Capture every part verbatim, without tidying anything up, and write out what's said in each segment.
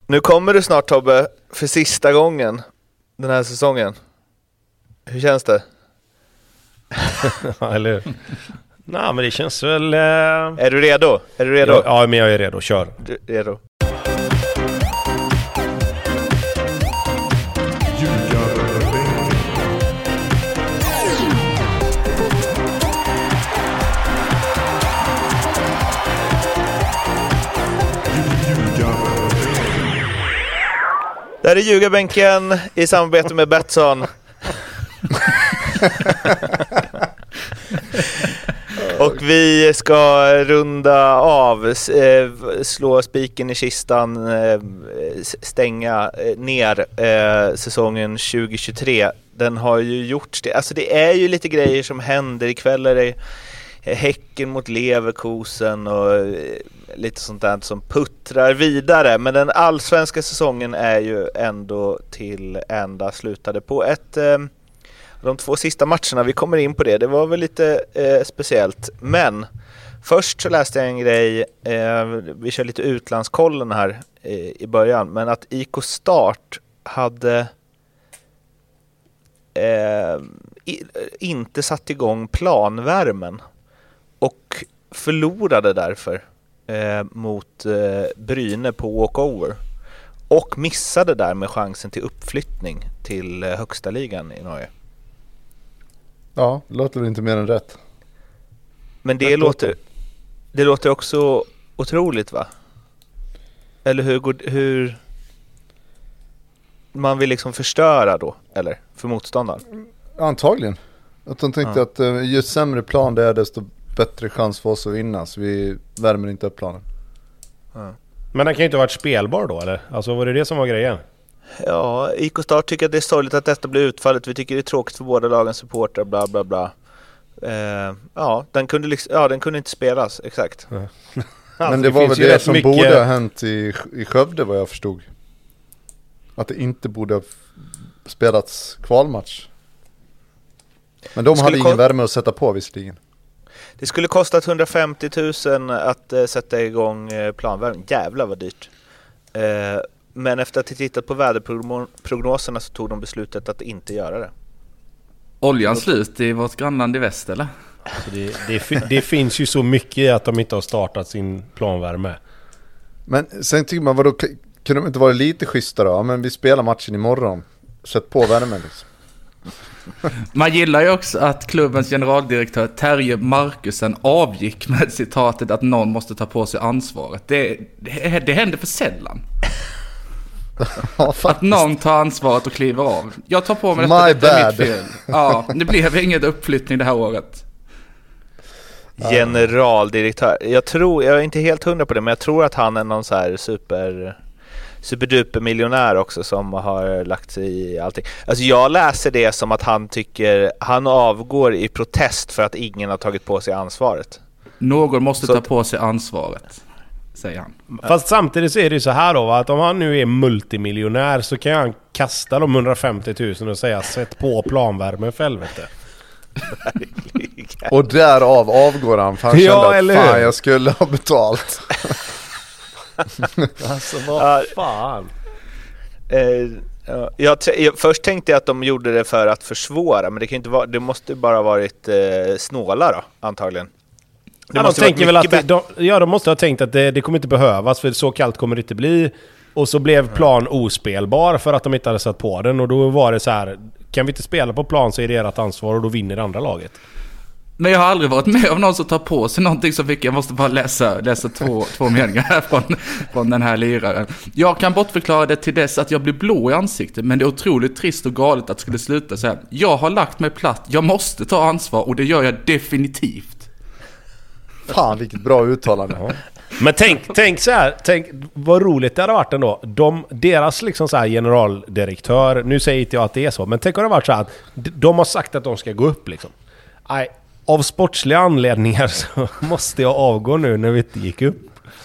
Nu kommer du snart, Tobbe, för sista gången den här säsongen. Hur känns det? Ja, eller nej, men det känns väl... Eh... Är du redo? Är du redo? Ja, ja, men jag är redo. Kör. Du är redo. Där är Ljugarbänken i samarbete med Betsson. Och vi ska runda av, slå spiken i kistan, stänga ner säsongen tjugo tjugotre. Den har ju gjorts det. Alltså det är ju lite grejer som händer. Ikväll är det Häcken mot Leverkusen och lite sånt där som puttrar vidare. Men den allsvenska säsongen är ju ändå till ända slutade på ett... De två sista matcherna, vi kommer in på det. Det var väl lite eh, speciellt. Men först så läste jag en grej. Eh, vi kör lite utlandskollen här eh, i början. Men att I K Start hade eh, i, inte satt igång planvärmen. Och förlorade därför eh, mot eh, Bryne på walkover. Och missade där med chansen till uppflyttning till eh, högsta ligan i Norge. Ja, det låter väl inte mer än rätt. Men det låter, det låter också otroligt, va? Eller hur, hur man vill liksom förstöra då, eller? För motståndaren? Antagligen. Att de tänkte ja. att ju sämre plan det är, desto bättre chans för oss att vinna. Så vi värmer inte upp planen. Ja. Men den kan ju inte ha varit spelbar då, eller? Alltså var det det som var grejen? Ja, I K Start tycker att det är sorgligt att detta blir utfallet. Vi tycker det är tråkigt för båda lagens supportrar, bla bla bla. Eh, ja, den kunde liksom, ja, den kunde inte spelas, exakt. Ja. Alltså, men det, det var väl det som mycket... borde ha hänt i, i Skövde, vad jag förstod. Att det inte borde ha spelats kvalmatch. Men de hade ingen ko- värme att sätta på visserligen. Det skulle kostat hundrafemtio tusen att uh, sätta igång uh, planvärmen. Jävlar vad dyrt. Uh, Men efter att ha tittat på väderprognoserna så tog de beslutet att inte göra det. Oljan slut i vårt grannland i väst, eller? Alltså det, det, det finns ju så mycket i att de inte har startat sin planvärme. Men sen tycker man, vadå, kunde de inte vara lite schyssta då? Men vi spelar matchen imorgon. Sätt på värmen liksom. Man gillar ju också att klubbens generaldirektör Terje Markusen avgick med citatet att någon måste ta på sig ansvaret. Det, det, det händer för sällan. Ja, att någon tar ansvaret och kliver av. Jag tar på mig detta, detta är mitt fel. Ja, det blev ingen uppflyttning det här året. Generaldirektör. Jag tror, jag är inte helt hundra på det, men jag tror att han är någon så här super superduper miljonär också som har lagt sig i allting. Alltså jag läser det som att han tycker han avgår i protest för att ingen har tagit på sig ansvaret. Någon måste så ta på sig ansvaret, säger han. Fast samtidigt så är det ju så här då, att om han nu är multimiljonär så kan han kasta de hundrafemtio tusen och säga sätt på planvärme för helvete. Och därav avgår han för han ja, kände att eller fan hur? jag skulle ha betalt. Alltså vad fan. Eh, ja, jag, jag, först tänkte jag att de gjorde det för att försvåra, men det kan inte vara, det måste bara varit eh, snåla då, antagligen. Det ja, måste de tänker väl att bet- de, ja, de måste ha tänkt att det, det kommer inte behövas, för så kallt kommer det inte bli. Och så blev plan ospelbar för att de inte hade satt på den. Och då var det så här, kan vi inte spela på plan så är det ert ansvar och då vinner det andra laget. Men jag har aldrig varit med om någon som tar på sig någonting så fick jag måste bara läsa, läsa två, två meningar här från, från den här liraren. Jag kan bortförklara det till dess att jag blir blå i ansiktet, men det är otroligt trist och galet att det skulle sluta så här. Jag har lagt mig platt, jag måste ta ansvar och det gör jag definitivt. Fan, vilket bra uttalande. Ja. Men tänk, tänk så här, tänk vad roligt det hade varit ändå. De, deras liksom så här generaldirektör, nu säger inte jag att det är så, men tänk om det har varit så här att de har sagt att de ska gå upp liksom. Nej, av sportsliga anledningar så måste jag avgå nu när vi inte gick upp.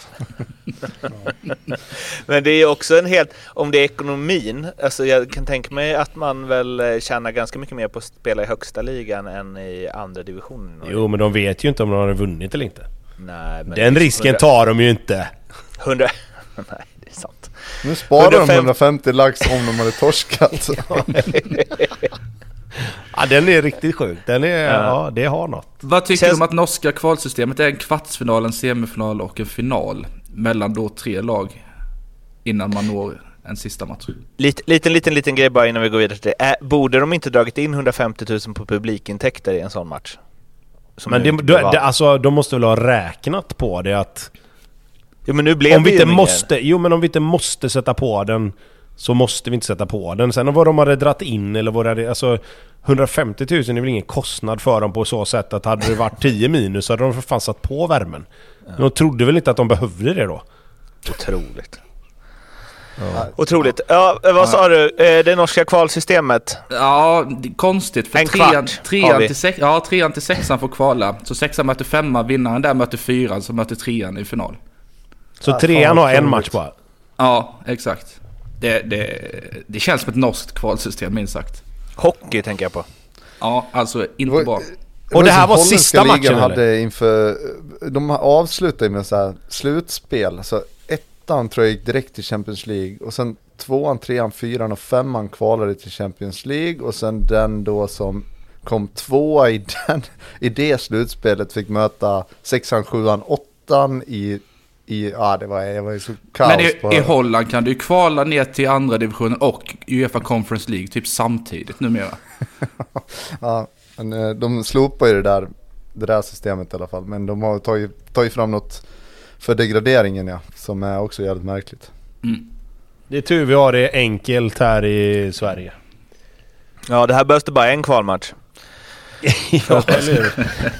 Men det är också en helt, om det är ekonomin, alltså jag kan tänka mig att man väl tjänar ganska mycket mer på att spela i högsta ligan än i andra divisionen. Jo, men de vet ju inte om de har vunnit eller inte. Nej, men den risken hundra tar de ju inte. hundra Nej, det är sant. Nu sparar de hundrafemtio lax om de hade torskat. Ja, den är riktigt sjuk. Den är, ja. ja, det har något. Vad tycker du om att norska kvalsystemet är en kvartsfinal, en semifinal och en final mellan då tre lag innan man når en sista match? Lite, liten, liten, liten grej bara innan vi går vidare till det. Äh, borde de inte dragit in hundrafemtio tusen på publikintäkter i en sån match? Som men det, det, det, alltså, de måste väl ha räknat på det att... Jo, men nu blev om vi vi inte måste, jo, men om vi inte måste sätta på den så måste vi inte sätta på den. Sen vad de hade dratt in eller vad det, alltså hundrafemtio tusen är väl ingen kostnad för dem på så sätt att hade det varit tio minus så hade de för fan satt på värmen. Ja. De trodde väl inte att de behövde det då. Otroligt. Ja. Otroligt. Ja, vad sa du? Det norska kvalsystemet? Ja, det är konstigt. För en trean, kvart trean, till sex, ja, trean till sexan får kvala. Så sexan möter femman, vinnaren där möter fyran, så möter trean i final. Så ja, trean har en match bara? Ja, exakt. Det, det, det känns som ett norskt kvalsystem, minst sagt. Hockey tänker jag på. Ja, alltså inte var, bra. Och det här var sista matchen hade inför, de avslutade med så här slutspel. Så ettan tror jag gick direkt till Champions League. Och sen tvåan, trean, fyran och femman kvalade till Champions League. Och sen den då som kom tvåa i, den, i det slutspelet fick möta sexan, sjuan, åttan i... I, ja, det var, det var ju så kaos. Men i, på i Holland kan du kvala ner till andra divisionen och UEFA Conference League typ samtidigt numera. Ja, men de slopar ju det där, det där systemet i alla fall. Men de har tagit, tagit fram något för degraderingen, ja, som är också jävligt märkligt. Mm. Det är tur vi har det enkelt här i Sverige. Ja, det här behövs det bara en kvalmatch. Ja, eller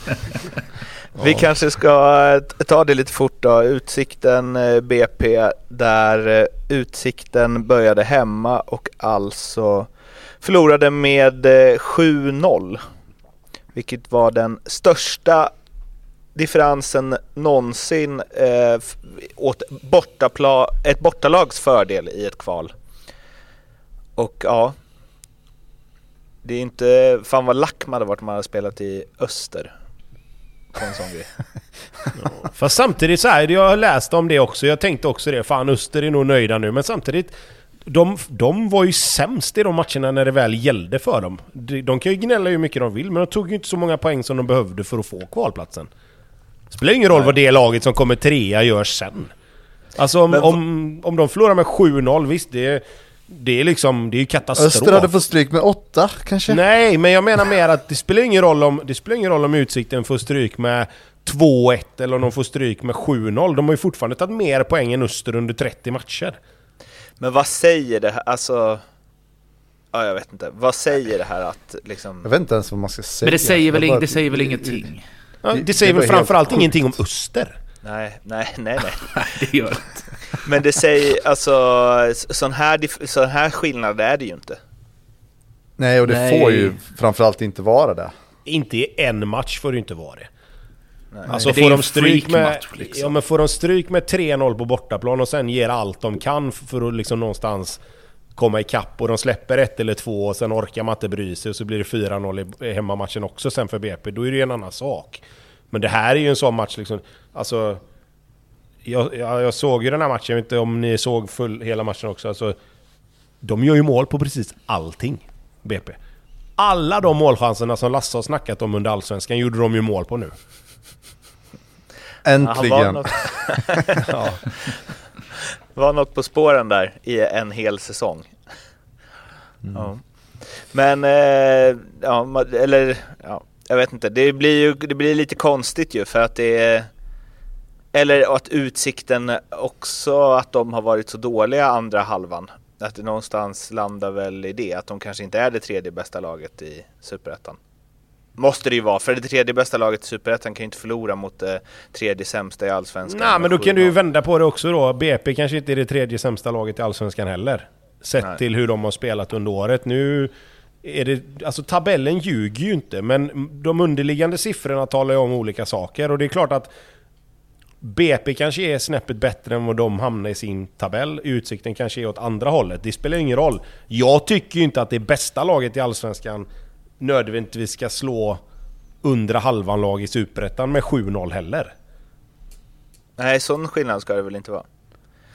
Vi kanske ska ta det lite fort då. Utsikten B P, där Utsikten började hemma och alltså förlorade med sju noll. Vilket var den största differensen någonsin eh, åt bortapla- ett bortalags fördel i ett kval. Och ja, det är inte fan vad lack man hade varit om man hade spelat i Öster. Ja, fast samtidigt så här, jag har läst om det också. Jag tänkte också det, fan Öster är nog nöjda nu. Men samtidigt, de, de var ju sämst i de matcherna när det väl gällde för dem. De, de kan ju gnälla hur mycket de vill, men de tog ju inte så många poäng som de behövde för att få kvalplatsen. Det spelar ingen roll Nej. vad det laget som kommer trea gör sen. Alltså om, men, om, om de förlorar med sju noll, visst det är... Det är liksom, det är ju katastrof. Öster hade fått stryk med åtta kanske? Nej, men jag menar mer att det spelar ingen roll om, det spelar ingen roll om Utsikten får stryk med två ett eller om de får stryk med sju noll. De har ju fortfarande tagit mer poäng än Öster under trettio matcher. Men vad säger det här? Alltså, ja, jag vet inte. Vad säger det här att liksom... Jag vet inte ens vad man ska säga. Men det säger väl, bara... det säger väl ingenting? Ja, det säger det väl framförallt ingenting om Öster. Nej, nej, nej, nej. Det gör det. Men det säger, alltså, sån här, sån här skillnad är det ju inte. Nej, och det nej. får ju framförallt inte vara det. Inte i en match får det inte vara det. Nej. Alltså får de stryk med, liksom. ja, men får de stryk med tre noll på bortaplan och sen ger allt de kan för att liksom någonstans komma i kapp och de släpper ett eller två och sen orkar man inte bry sig och så blir det fyra noll i hemmamatchen också sen för B P. Då är det ju en annan sak. Men det här är ju en sån match liksom, alltså jag, jag, jag såg ju den här matchen, jag vet inte om ni såg full hela matchen också, alltså de gör ju mål på precis allting, B P. Alla de målchanserna som Lasse har snackat om under Allsvenskan gjorde de ju mål på nu. Äntligen. Ja, var, något... ja. var något på spåren där i en hel säsong. Mm. Ja. Men eh, ja, eller ja, jag vet inte, det blir ju det blir lite konstigt ju för att det är, eller att Utsikten också, att de har varit så dåliga andra halvan, att det någonstans landar väl i det att de kanske inte är det tredje bästa laget i Superettan. Måste det ju vara, för det tredje bästa laget i Superettan kan ju inte förlora mot det tredje sämsta i Allsvenskan. Nej, men då kan du ju vända på det också då. B P kanske inte är det tredje sämsta laget i Allsvenskan heller. Sett Nej. till hur de har spelat under året. Nu är det, alltså tabellen ljuger ju inte, men de underliggande siffrorna talar ju om olika saker. Och det är klart att B P kanske är snäppet bättre än vad de hamnar i sin tabell. Utsikten kanske är åt andra hållet. Det spelar ingen roll. Jag tycker ju inte att det bästa laget i Allsvenskan nödvändigtvis ska slå undra halvan lag i Superettan med sju noll heller. Nej, sån skillnad ska det väl inte vara.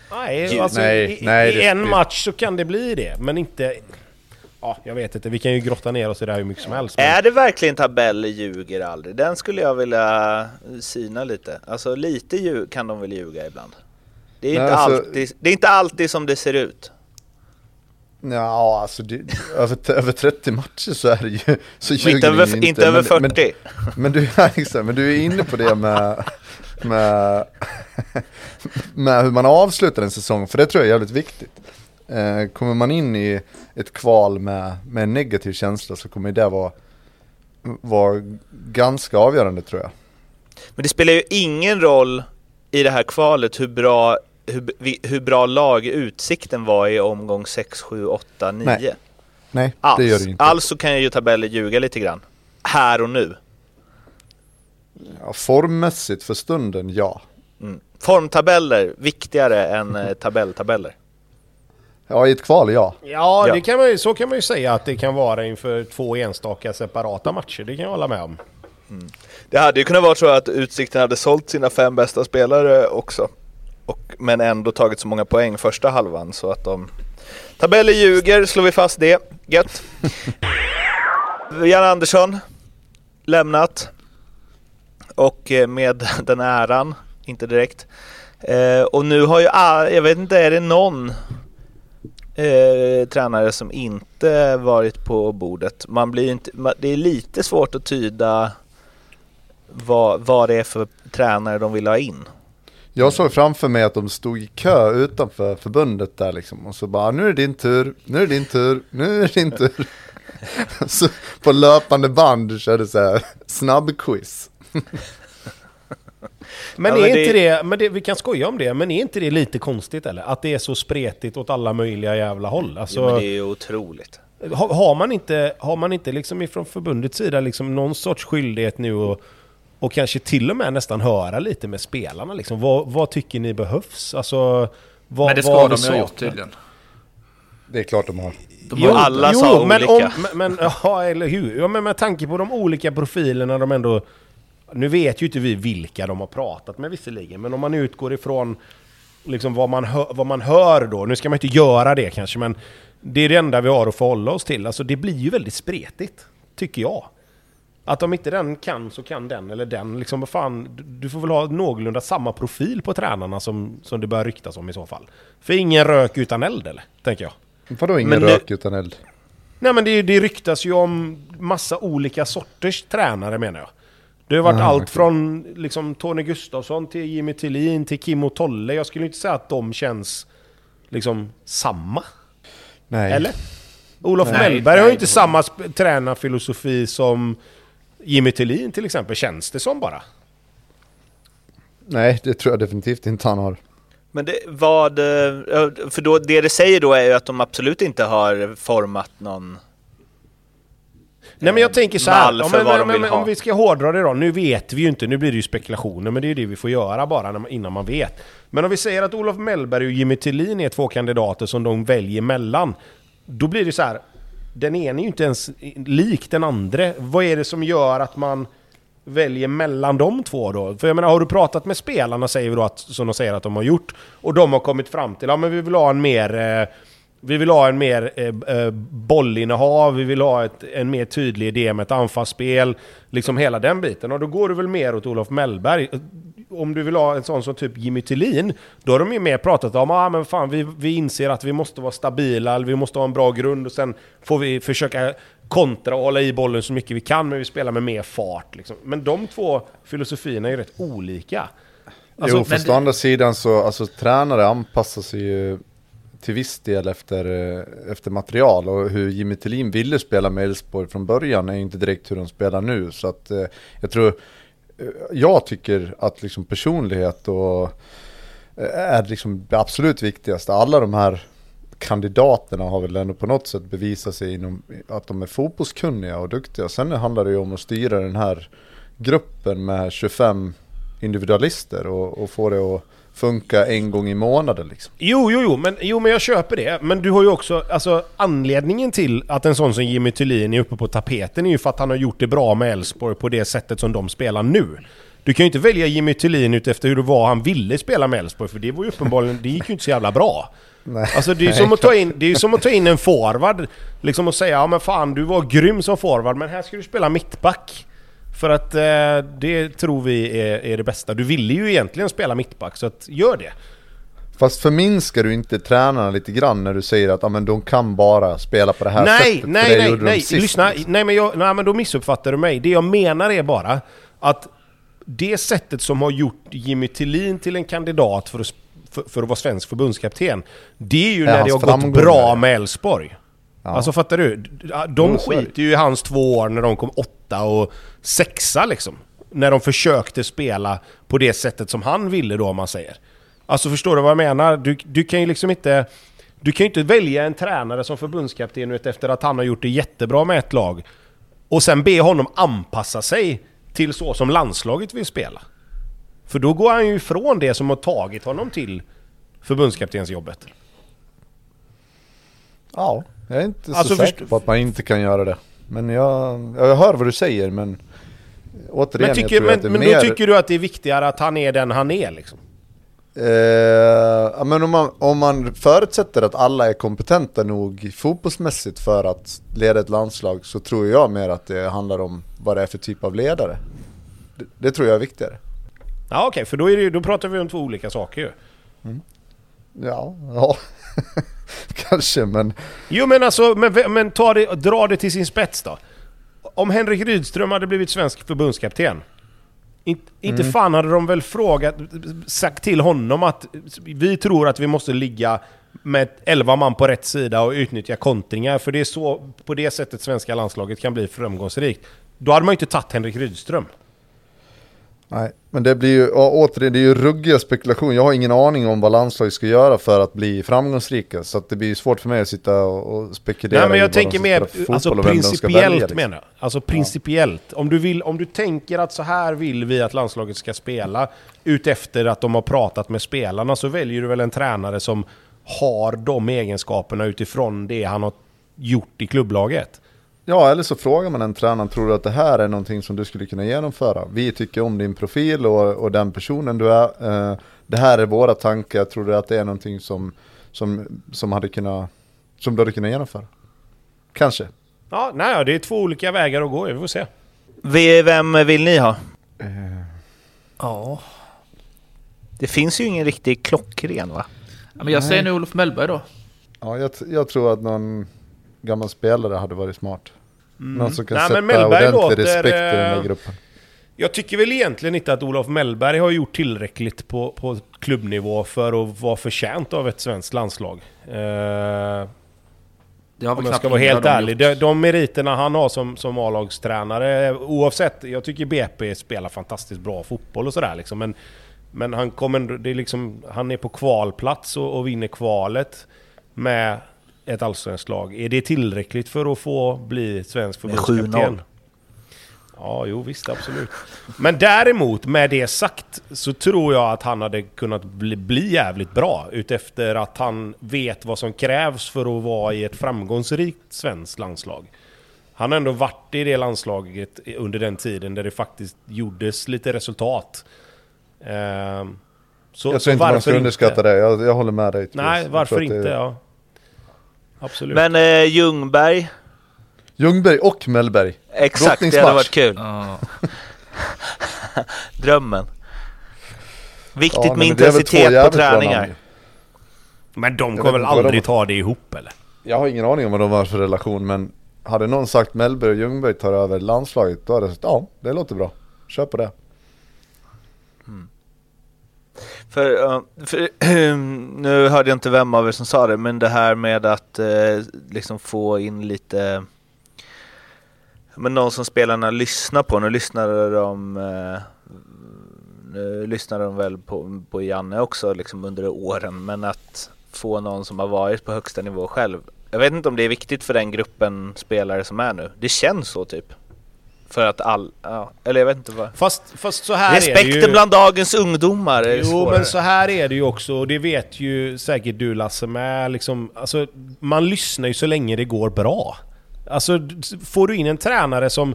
Nej, alltså, nej, i, nej, i det, en det. match så kan det bli det, men inte... Ja, jag vet inte. Vi kan ju grotta ner oss i det här hur mycket som helst. Men... Är det verkligen tabell ljuger aldrig? Den skulle jag vilja syna lite. Alltså lite ljug kan de väl ljuga ibland. Det är, inte, Nej, alltså... alltid, det är inte alltid som det ser ut. Ja, alltså det, över, över trettio matcher så är det ju så ljuger inte över, inte, inte över fyrtio. Men, men, du, liksom, men du är inne på det med, med, med hur man avslutar en säsong, för det tror jag är jävligt viktigt. Eh, kommer man in i ett kval med, med en negativ känsla så kommer det vara, vara ganska avgörande, tror jag. Men det spelar ju ingen roll i det här kvalet hur bra, hur, hur bra lag Utsikten var i omgång sex, sju, åtta, nio. Nej, Nej Alls. det gör det inte. Alltså kan ju tabeller ljuga lite grann. Här och nu. Ja, formmässigt för stunden, ja. Mm. Formtabeller viktigare än eh, tabelltabeller. Ja, i ett kval, ja. Ja, Ja. det kan man ju, så kan man ju säga att det kan vara inför två enstaka separata matcher. Det kan jag hålla med om. Mm. Det hade ju kunnat vara så att Utsikten hade sålt sina fem bästa spelare också. Och, men ändå tagit så många poäng första halvan så att de... Tabeller ljuger, slår vi fast det. Gött. Jan Andersson lämnat. Och med den äran, inte direkt. Eh, och nu har ju, all, jag vet inte, är det någon eh, tränare som inte varit på bordet? Man blir inte, man, det är lite svårt att tyda vad, vad det är för tränare de vill ha in. Jag såg framför mig att de stod i kö utanför förbundet där liksom. Och så bara, nu är det din tur, nu är det din tur, nu är det din tur. Så på löpande band körde så här snabbquiz. Men Ja, är men inte det... det, men det, vi kan skoja om det, men är inte det lite konstigt eller? Att det är så spretigt åt alla möjliga jävla håll. Alltså, Ja, men det är ju otroligt. har, har man inte, har man inte liksom ifrån förbundets sida liksom någon sorts skyldighet nu och, och kanske till och med nästan höra lite med spelarna liksom? Vad, vad tycker ni behövs? Alltså, vad, men det ska vad de ju ha gjort tydligen. Det är klart de har. De har alla jo, sa men olika. Om, men, men, ja, eller hur? Ja, men med tanke på de olika profilerna de ändå... Nu vet ju inte vi vilka de har pratat med visserligen, men om man utgår ifrån liksom vad, man hör, vad man hör då, nu ska man inte göra det kanske, men det är det enda vi har att förhålla oss till. Alltså det blir ju väldigt spretigt, tycker jag. Att om inte den kan så kan den eller den. Liksom, vad fan, du får väl ha någorlunda samma profil på tränarna som, som det bör ryktas om i så fall. För ingen rök utan eld, eller? Tänker jag. Vadå ingen Men nu- rök utan eld? Nej, men det, det ryktas ju om massa olika sorters tränare, menar jag. Det har varit Aha, allt okej. från liksom, Tony Gustafsson till Jimmy Tillin till Kimmo Tolle. Jag skulle inte säga att de känns liksom samma. Nej. Eller? Olof Nej, Mellberg nej, har ju inte det- samma sp- tränarfilosofi som Jimmy Tillin till exempel. Känns det som bara? Nej, det tror jag definitivt inte han har. Men det, vad, eh, för då, det det säger då är ju att de absolut inte har format någon Nej, men jag tänker så här, mall om, för men, vad de men, vill men, ha. om vi ska hårdra det då, nu vet vi ju inte, nu blir det ju spekulationer, men det är ju det vi får göra bara när man, innan man vet. Men om vi säger att Olof Mellberg och Jimmy Tillin är två kandidater som de väljer mellan, då blir det så här, den ena är ju inte ens lik den andra. Vad är det som gör att man väljer mellan de två då? För jag menar, har du pratat med spelarna, säger vi då, att, som de säger att de har gjort, och de har kommit fram till, ja men vi vill ha en mer... Eh, Vi vill ha en mer eh, eh, bollinnehav, vi vill ha ett, en mer tydlig idé med ett anfallsspel, liksom hela den biten. Och då går du väl mer åt Olof Mellberg. Om du vill ha en sån som typ Jimmy Tillin, då har de ju mer pratat om ah, men fan, vi, vi inser att vi måste vara stabila, eller vi måste ha en bra grund och sen får vi försöka kontra och hålla i bollen så mycket vi kan, men vi spelar med mer fart. Liksom. Men de två filosofierna är ju rätt olika. Alltså, jo, fast det- å andra sidan så, alltså tränare anpassar sig ju till viss del efter, eh, efter material, och hur Jimmy Tillin ville spela med Elfsborg från början är ju inte direkt hur de spelar nu, så att eh, jag tror eh, jag tycker att liksom personlighet och eh, är liksom det absolut viktigaste. Alla de här kandidaterna har väl ändå på något sätt bevisat sig inom att de är fotbollskunniga och duktiga. Sen handlar det ju om att styra den här gruppen med tjugofem individualister och, och få det att funka en gång i månaden liksom. Jo, jo, jo, men, jo, men jag köper det. Men du har ju också, alltså anledningen till att en sån som Jimmy Tillin är uppe på tapeten är ju för att han har gjort det bra med Elfsborg på det sättet som de spelar nu. Du kan ju inte välja Jimmy Tillin ut efter hur det var han ville spela med Elfsborg, för det var ju uppenbarligen, det gick ju inte så jävla bra. Nej. Alltså det är ju som att ta in, det är ju som att ta in en forward liksom och säga, ja men fan du var grym som forward, men här ska du spela mittback. För att eh, det tror vi är, är det bästa. Du ville ju egentligen spela mittback, så att gör det. Fast förminskar du inte tränarna lite grann när du säger att ah, men de kan bara spela på det här nej, sättet? Nej, nej, nej, sist, lyssna. Liksom. Nej, men jag, nej, men då missuppfattar du mig. Det jag menar är bara att det sättet som har gjort Jimmy Tillin till en kandidat för att, för, för att vara svensk förbundskapten, det är ju är när det har gått bra med Elfsborg. Ja. Alltså fattar du? De skiter ju i hans två år när de kom åtta och sexa liksom. När de försökte spela på det sättet som han ville då, om man säger. Alltså förstår du vad jag menar? Du, du kan ju liksom inte du kan ju inte välja en tränare som förbundskapten ut efter att han har gjort det jättebra med ett lag och sen be honom anpassa sig till så som landslaget vill spela. För då går han ju ifrån det som har tagit honom till förbundskaptensjobbet. Ja, jag är inte så alltså säker först- på att man inte kan göra det. Men jag, jag hör vad du säger, men återigen, men, tycker, jag tror men, att det är men mer... då tycker du att det är viktigare att han är den han är liksom? Eh, men om man, om man förutsätter att alla är kompetenta nog fotbollsmässigt för att leda ett landslag, så tror jag mer att det handlar om vad det är för typ av ledare. Det, det tror jag är viktigare. Ja okej, okay, för då, är det, då pratar vi om två olika saker ju. Mm. Ja, ja. Kanske, men... Jo men alltså, men, men ta det, dra det till sin spets då. Om Henrik Rydström hade blivit svensk förbundskapten, In, inte mm. fan hade de väl frågat, sagt till honom att vi tror att vi måste ligga med elva man på rätt sida och utnyttja kontringar, för det är så på det sättet svenska landslaget kan bli framgångsrikt. Då hade man ju inte tagit Henrik Rydström. Nej, men det blir ju återigen, det är ju ruggiga spekulation. Jag har ingen aning om vad landslaget ska göra för att bli framgångsrika, så att det blir svårt för mig att sitta och spekulera. Nej, men jag tänker mer alltså principiellt välja, liksom. menar. Alltså principiellt. Ja. Om du vill, om du tänker att så här vill vi att landslaget ska spela ut efter att de har pratat med spelarna, så väljer du väl en tränare som har de egenskaperna utifrån det han har gjort i klubblaget. Ja, eller så frågar man en tränare, tror du att det här är någonting som du skulle kunna genomföra? Vi tycker om din profil och, och den personen du är. Eh, det här är våra tankar. Tror du att det är någonting som, som, som, hade kunnat, som du hade kunnat genomföra? Kanske. Ja, nej, det är två olika vägar att gå. Vi får se. Vem vill ni ha? Eh. Ja. Det finns ju ingen riktig klockren, va? Ja, men jag säger nu Olof Mellberg då. Ja, jag, jag tror att någon gammal spelare hade varit smart. Mm. Någon som kan Nej, sätta ordentlig låter, respekt i den äh, här gruppen. Jag tycker väl egentligen inte att Olof Mellberg har gjort tillräckligt på, på klubbnivå för att vara förtjänt av ett svenskt landslag. Uh, Det har vi om jag ska vara helt ärlig. De, de meriterna han har som, som A-lagstränare, oavsett, jag tycker B P spelar fantastiskt bra fotboll och sådär liksom, men, men han, kommer, det är liksom, han är på kvalplats och, och vinner kvalet med ett allsvenskt lag. Är det tillräckligt för att få bli svensk förbundskapten? Ja, jo visst, absolut. Men däremot, med det sagt, så tror jag att han hade kunnat bli, bli jävligt bra utefter att han vet vad som krävs för att vara i ett framgångsrikt svenskt landslag. Han har ändå varit i det landslaget under den tiden där det faktiskt gjordes lite resultat. Ehm, så, jag tror inte man ska underskatta det. Jag, jag håller med dig. Nej, jag. varför jag inte? det... Ja. Absolut. Men eh, Ljungberg... Ljungberg och Mellberg. Exakt, det hade varit kul. Oh. Drömmen. Viktigt ja, med intensitet på träningar. Men de kommer väl aldrig de... ta det ihop, eller? Jag har ingen aning om vad de har för relation, men hade någon sagt Mellberg och Ljungberg tar över landslaget, då hade jag sagt, ja, det låter bra. Kör på det. Mm. För, för nu hörde jag inte vem av er som sa det, men det här med att eh, liksom få in lite, men någon som spelarna lyssnar på. Nu lyssnade de eh, nu lyssnade de väl på, på Janne också liksom under åren, men att få någon som har varit på högsta nivå själv. Jag vet inte om det är viktigt för den gruppen spelare som är nu. Det känns så typ. För att all, ja, eller jag vet inte vad. Fast, fast så här respekten är det ju... bland dagens ungdomar är jo, svårare. Men så här är det ju också, och det vet ju säkert du Lasse med liksom, alltså, man lyssnar ju så länge det går bra. Alltså får du in en tränare som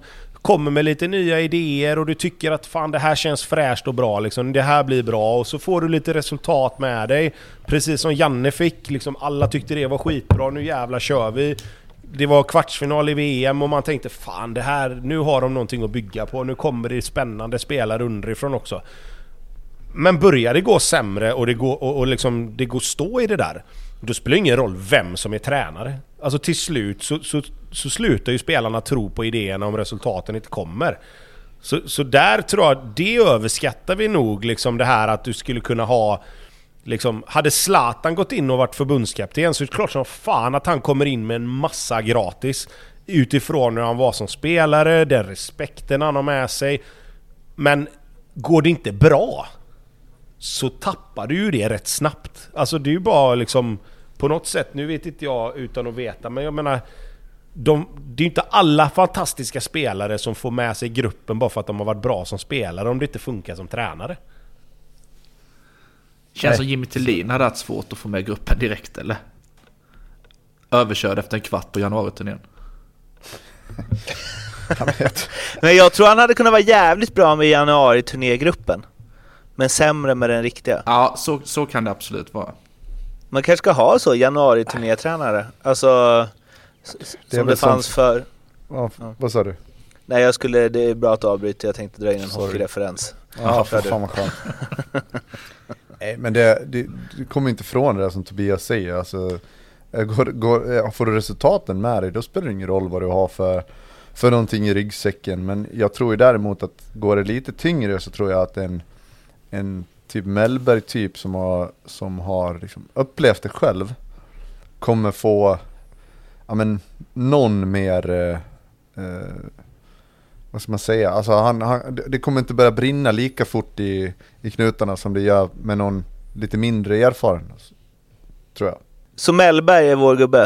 kommer med lite nya idéer och du tycker att fan det här känns fräscht och bra liksom, det här blir bra, och så får du lite resultat med dig, precis som Janne fick liksom, alla tyckte det var skitbra, nu jävla kör vi. Det var kvartsfinal i V M och man tänkte fan det här, nu har de någonting att bygga på, nu kommer det spännande spelare underifrån också. Men börjar det gå sämre och det går, och, och liksom, det går stå i det där, då spelar det ingen roll vem som är tränare. Alltså till slut så, så, så slutar ju spelarna tro på idéerna om resultaten inte kommer. Så, så där tror jag, det överskattar vi nog liksom, det här att du skulle kunna ha liksom, hade Zlatan gått in och varit förbundskapten så är det klart som fan att han kommer in med en massa gratis utifrån hur han var som spelare, den respekten han har med sig. Men går det inte bra så tappar du ju det rätt snabbt. Alltså det är ju bara liksom på något sätt, nu vet inte jag utan att veta, men jag menar de, det är ju inte alla fantastiska spelare som får med sig gruppen bara för att de har varit bra som spelare om det inte funkar som tränare. Känns Nej. som Jimmy Tillin hade haft svårt att få med gruppen direkt, eller? Överkörd efter en kvart på januari-turnén. Men jag tror han hade kunnat vara jävligt bra med januari-turnégruppen, men sämre med den riktiga. Ja, så, så kan det absolut vara. Man kanske ska ha så januari-turnétränare. Alltså det som det fanns som... för ja, ja. Vad sa du? Nej, jag skulle, det är bra att avbryta. Jag tänkte dra in en hockeyreferens. Ja, för fan vad skönt. Nej, men det, det, det kommer inte från det där som Tobias säger. Alltså, går, går, får du resultaten med dig, då spelar det ingen roll vad du har för, för någonting i ryggsäcken. Men jag tror ju däremot att går det lite tyngre så tror jag att en, en typ Mellberg typ som har, som har liksom upplevt det själv kommer få ja, men, någon mer eh, eh, vad ska man säga, alltså han, han, det kommer inte börja brinna lika fort i, i knutarna som det gör med någon lite mindre erfaren, tror jag. Så Mellberg är vår gubbe?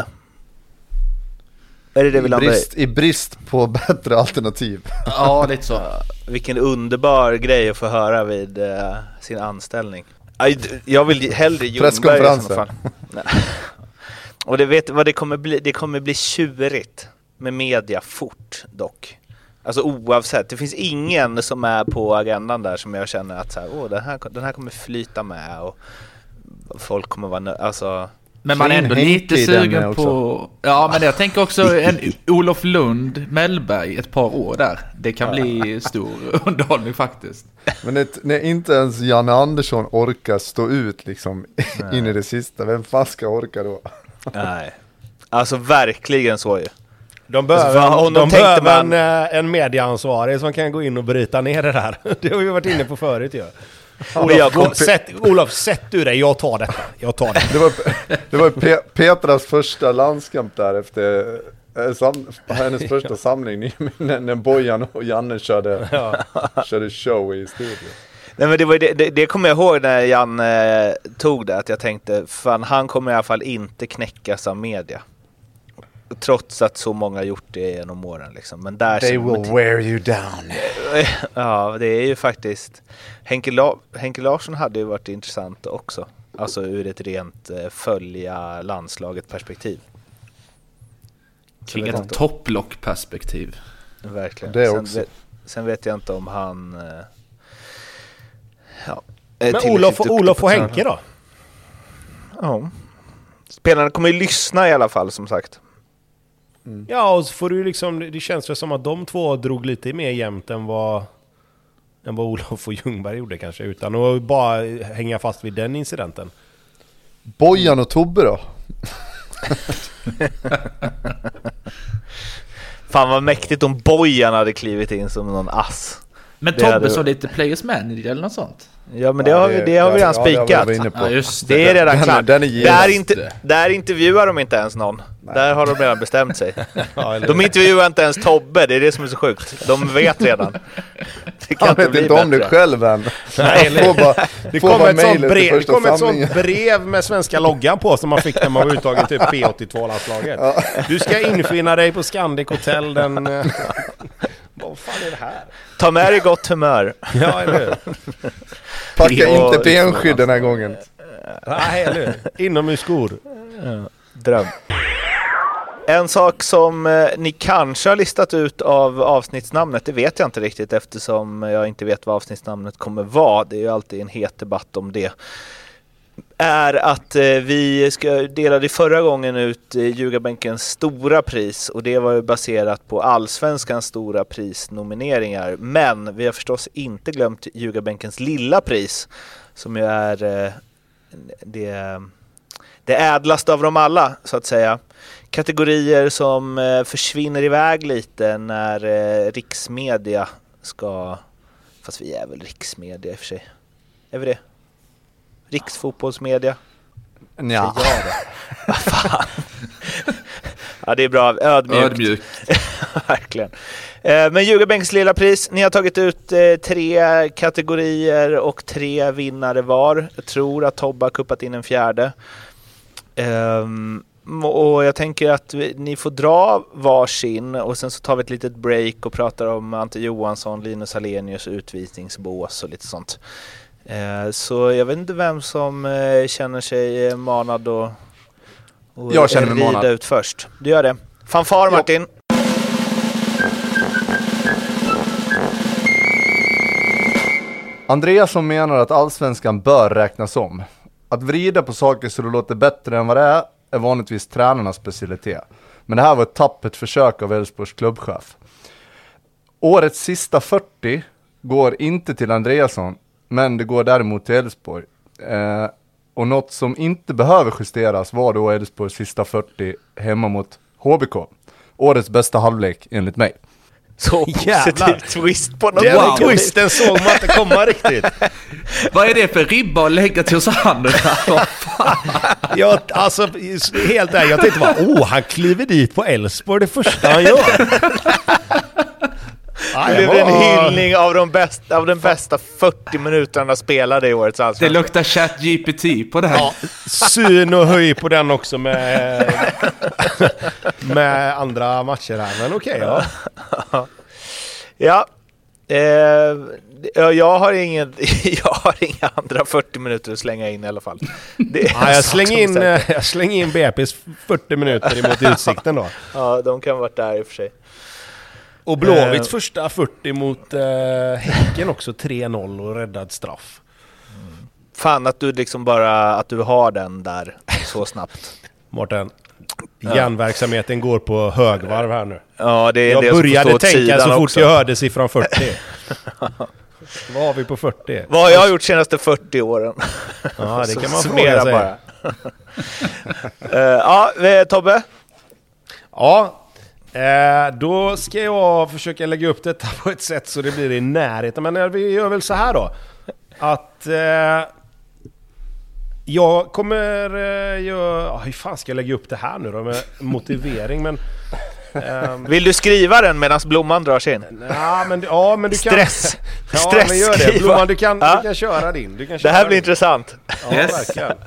Är det det vi I brist, I brist på bättre alternativ. Ja, lite så. Vilken underbar grej att få höra vid uh, sin anställning. Jag vill hellre Ljungberg i sådana fall. Och det vet vad det kommer bli, det kommer bli tjurigt med media fort dock. Alltså oavsett, det finns ingen som är på agendan där som jag känner att så här, åh, den här den här kommer flyta med och folk kommer vara nö- alltså. Men man är ändå lite sugen på... Ja, men jag tänker också en Olof Lund, Mellberg, ett par år där. Det kan bli stor underhållning faktiskt. Men ett, när inte ens Janne Andersson orkar stå ut liksom in i det sista, vem fan ska orka då? Nej, alltså verkligen så ju. De behöver, alltså, de de behöver man... en, en medieansvarig som kan gå in och bryta ner det där. Det har vi varit inne på förut ju. Ja. Olof, kom, sätt, Olof, sätt du dig, jag tar detta. Jag tar det. Det var, det var Pe- Petras första landskamp där efter äh, sam, hennes första samling när, när Bojan och Janne körde, ja. körde show i studion. Nej, men det, var det, det, det kommer jag ihåg när Janne tog det, att jag tänkte fan, han kommer i alla fall inte knäckas av media. Trots att så många gjort det genom åren liksom. Men där They will t- wear you down. Ja, det är ju faktiskt Henke, La- Henke Larsson hade ju varit intressant också. Alltså ur ett rent uh, följa landslaget perspektiv. Kring ett topplock-perspektiv. Verkligen. Det sen, också. vet, sen vet jag inte om han uh, ja, men Olof, Olof och Henke då? Ja. Spelarna kommer ju lyssna i alla fall, som sagt. Mm. Ja, och så får du liksom, det känns väl som att de två drog lite mer jämnt än vad, än vad Olof och Ljungberg gjorde kanske, utan att bara hänga fast vid den incidenten. Bojan och Tobbe då? Fan vad mäktigt om Bojan hade klivit in som någon ass. Men Tobbe hade... så lite players manager eller något sånt. Ja, men det ja, har vi, det har vi redan ja, spikat. Det, ja, just det. Det är redan klart. Den, den är där, inte, där intervjuar de inte ens någon. Nej. Där har de redan bestämt sig. Ja, de intervjuar inte ens Tobbe, det är det som är så sjukt. De vet redan. Det kan inte bli inte bättre. Om det själv än. Nej, bara, det kom ett sånt brev, kom ett sånt brev med svenska loggan på som man fick när man var uttagen typ P åttiotvå-landslaget. Ja. Du ska infinna dig på Scandic Hotel den... Vad fan är det här? Ta med dig gott humör. Ja, eller hur? Packa inte benskydd den här gången. Nej, eller hur? Inomhusskor. Ja, dröm. En sak som eh, ni kanske har listat ut av avsnittsnamnet, det vet jag inte riktigt eftersom jag inte vet vad avsnittsnamnet kommer vara. Det är ju alltid en het debatt om det. Är att eh, vi ska delade förra gången ut eh, Ljugarbänkens stora pris, och det var ju baserat på Allsvenskans stora prisnomineringar. Men vi har förstås inte glömt Ljugarbänkens lilla pris, som ju är eh, det, det ädlaste av dem alla, så att säga. Kategorier som eh, försvinner iväg lite när eh, riksmedia ska... Fast vi är väl riksmedia i och för sig. Är vi det? Riksfotbollsmedia? Ja. Vad fan? Ja, det är bra. Ödmjukt. Ödmjukt. Verkligen. Eh, men Ljugarbänks lilla pris. Ni har tagit ut eh, tre kategorier och tre vinnare var. Jag tror att Tobbe har kuppat in en fjärde. Um, och jag tänker att vi, ni får dra varsin och sen så tar vi ett litet break och pratar om Ante Johansson, Linus Hallenius, utvisningsbås och lite sånt. Uh, så jag vet inte vem som uh, känner sig manad och, och jag känner mig rida manad. ut först. Du gör det. Fanfar, Martin. Andreas som menar att Allsvenskan bör räknas om. Att vrida på saker så det låter bättre än vad det är är vanligtvis tränarnas specialitet. Men det här var ett tappert försök av Elfsborgs klubbchef. Årets sista fyrtio går inte till Andreasson, men det går däremot till Elfsborg. Eh, och något som inte behöver justeras var då Elfsborgs sista fyrtio hemma mot H B K. Årets bästa halvlek enligt mig. Så positiv twist på något. Den wow. twisten såg man inte komma riktigt. Vad är det för ribba att lägga till oss andra? Jag, alltså, helt där, jag tänkte bara, åh, han kliver dit på Elfsborg det första han gör. Det blev en hyllning av, de bästa, av den bästa fyrtio minuterna spelade i årets Allsvenskan. Det luktar chat G P T på det här. Ja, syn och höj på den också med, med andra matcher här. Men okej, okay, ja. Ja. Eh, jag, har ingen, jag har inga andra fyrtio minuter att slänga in i alla fall. Det ja, jag, slänger in, jag slänger in B P:s fyrtio minuter emot Utsikten då. Ja, de kan ha varit där i och för sig. Och Blåvitts eh. första fyrtio mot eh, Häcken också, tre noll och räddad straff. Mm. Fan att du liksom bara, att du har den där så snabbt. Mårten, järnverksamheten går på högvarv här nu. Ja, det är jag det började tänka så fort också. Jag hörde siffran fyrtio. Vad har vi på fyrtio? Vad har jag gjort senaste fyrtio åren? Ja, det kan man fråga sig. Bara. uh, ja, Tobbe? Ja, eh, då ska jag försöka lägga upp detta på ett sätt så det blir i närheten. Men vi gör väl så här då. Att... Eh, Jag kommer uh, göra... Oh, hur fan ska jag lägga upp det här nu då med motivering? Men, um, vill du skriva den medan Blomman drar sig in? Ja, men, ja, men du kan... Stress! Ja, Stress men gör det. Blomman, du kan, ja? du kan köra din. Du kan köra det här blir din. intressant. Ja, yes. verkligen.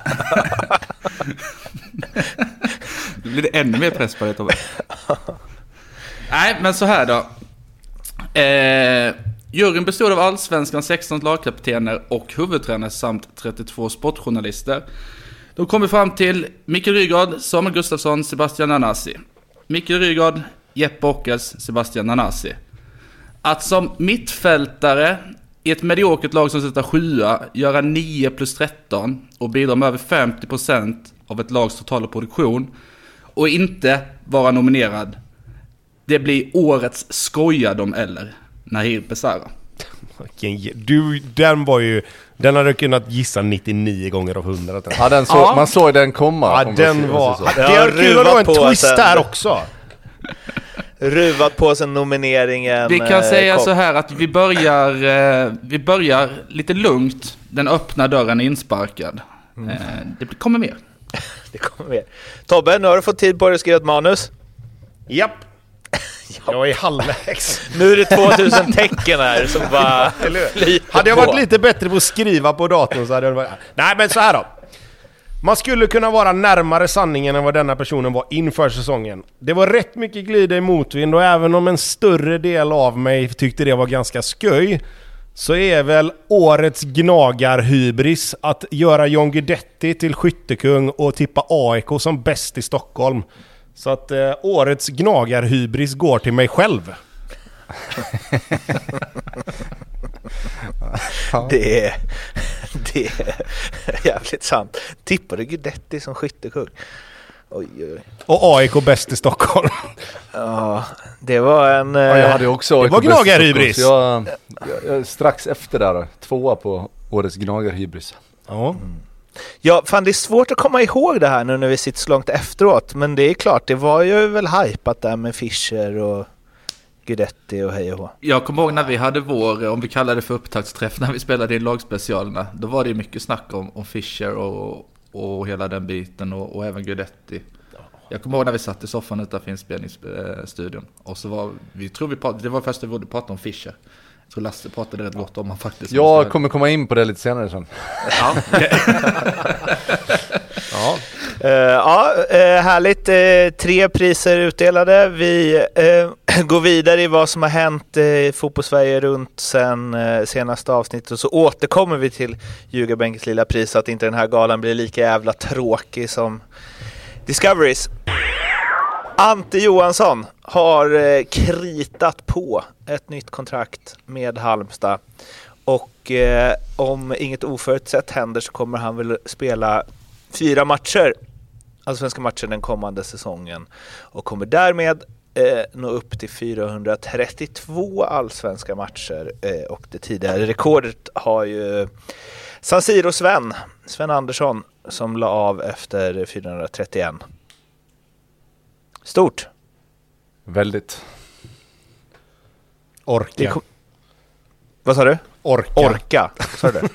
Nu blir det ännu mer press på det, Tobbe. Nej, men så här då. Eh... Juryn bestod av Allsvenskans sexton lagkaptener och huvudtränare samt trettiotvå sportjournalister. De kom fram till Mikael Rygaard, Samuel Gustafsson, Sebastian Nanasi. Mikael Rygaard, Jeppe Ockels, Sebastian Nanasi. Att som mittfältare i ett mediokert lag som sätter sjua göra nio plus tretton och bidra med över femtio procent av ett lags totala produktion och inte vara nominerad. Det blir årets skoja de eller Nahir Besara. Du, den var ju... Den hade du kunnat gissa nittionio gånger av hundra. Ja, den så, ja. Man såg den komma. Ja, den var... Så. Det har kul att ha en twist sen. Där också. Ruvat på sen nomineringen. Vi kan säga kom. så här att vi börjar, eh, vi börjar lite lugnt. Den öppna dörren är insparkad. Mm. Eh, det kommer mer. Det kommer mer. Tobbe, nu har du fått tid på dig att skriva ett manus. Japp. Jag är halvvägs. Nu är det tvåtusen tecken här som bara hade jag varit lite bättre på att skriva på datorn så hade jag varit... Nej, men så här då. Man skulle kunna vara närmare sanningen än vad denna personen var inför säsongen. Det var rätt mycket glida i motvind och även om en större del av mig tyckte det var ganska sköj så är väl årets gnagarhybris att göra John Guidetti till skyttekung och tippa A I K som bäst i Stockholm. Så att eh, årets gnagarhybris går till mig själv. det, är, det är jävligt sant. Tippade Guidetti som skyttekung. Oj, oj. Och A I K bäst i Stockholm. Ja, det var en... Ja, jag hade också A I K det var gnagarhybris. Jag, jag, jag, strax efter där, tvåa på årets gnagarhybris. Ja. Mm. Ja, fan det är svårt att komma ihåg det här nu när vi sitter så långt efteråt. Men det är klart, det var ju väl hypat där med Fischer och Guidetti och hej och hå. Jag kommer ihåg när vi hade vår, om vi kallar det för upptaktsträff, när vi spelade in lagspecialerna. Då var det mycket snack om, om Fischer och, och hela den biten och, och även Guidetti. Jag kommer ihåg när vi satt i soffan utanför inspelningsstudion. Och så var vi, tror vi pratade, det var först vi borde prata om Fischer. Jag tror Lasse pratade rätt gott om han faktiskt. Jag kommer komma in på det lite senare sen. Ja. ja. Uh, ja, uh, härligt. Uh, tre priser utdelade. Vi uh, går vidare i vad som har hänt i uh, Fotbollssverige runt sen uh, senaste avsnittet. Och så återkommer vi till Ljugarbänkens lilla pris så att inte den här galan blir lika jävla tråkig som Discoveries. Ante Johansson har uh, kritat på ett nytt kontrakt med Halmstad. Och uh, om inget oförutsett händer så kommer han väl spela fyra matcher, allsvenska matcher den kommande säsongen och kommer därmed eh, nå upp till fyrahundratrettiotvå allsvenska matcher eh, och det tidigare rekordet har ju San Siro Sven, Sven Andersson som la av efter fyrahundratrettioen. Stort. Väldigt. Orka. Kom... Vad sa du? Orka. Orka, sa du?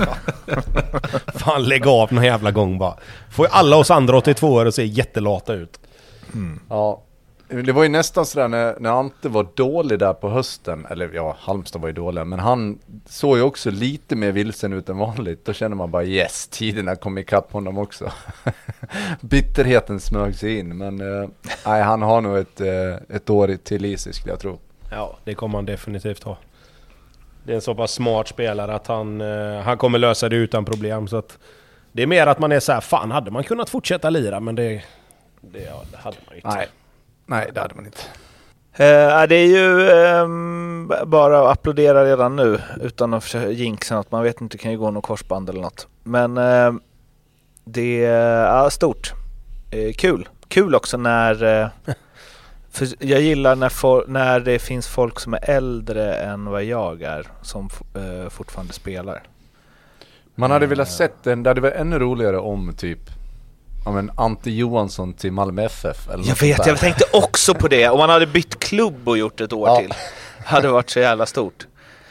Fan, lägg av någon jävla gång bara. Får ju alla oss andra åttiotvå år och se jättelata ut. Mm. Ja, det var ju nästan sådär när, när Ante var dålig där på hösten. Eller ja, Halmstad var ju dålig. Men han såg ju också lite mer vilsen ut än vanligt. Då känner man bara yes, tiderna kom ikapp honom också. Bitterheten smög sig in. Men eh, nej, han har nog ett, eh, ett år till i sig skulle jag tro. Ja, det kommer han definitivt ha. Det är en så pass smart spelare att han, eh, han kommer lösa det utan problem. Så att det är mer att man är så här, fan hade man kunnat fortsätta lira, men det, det, ja, det hade man inte. Nej. Nej, det hade man inte. Uh, det är ju um, bara att applådera redan nu utan att försöka jinxa något. Man vet inte, det kan ju gå någon korsband eller något. Men uh, det är uh, stort. Uh, kul. Kul också när... Uh, för jag gillar när, for, när det finns folk som är äldre än vad jag är som uh, fortfarande spelar. Man hade uh, velat sett den, det hade varit ännu roligare om typ ja, men Ante Johansson till Malmö F F eller jag vet, jag tänkte också på det. Om man hade bytt klubb och gjort ett år ja. till hade varit så jävla stort.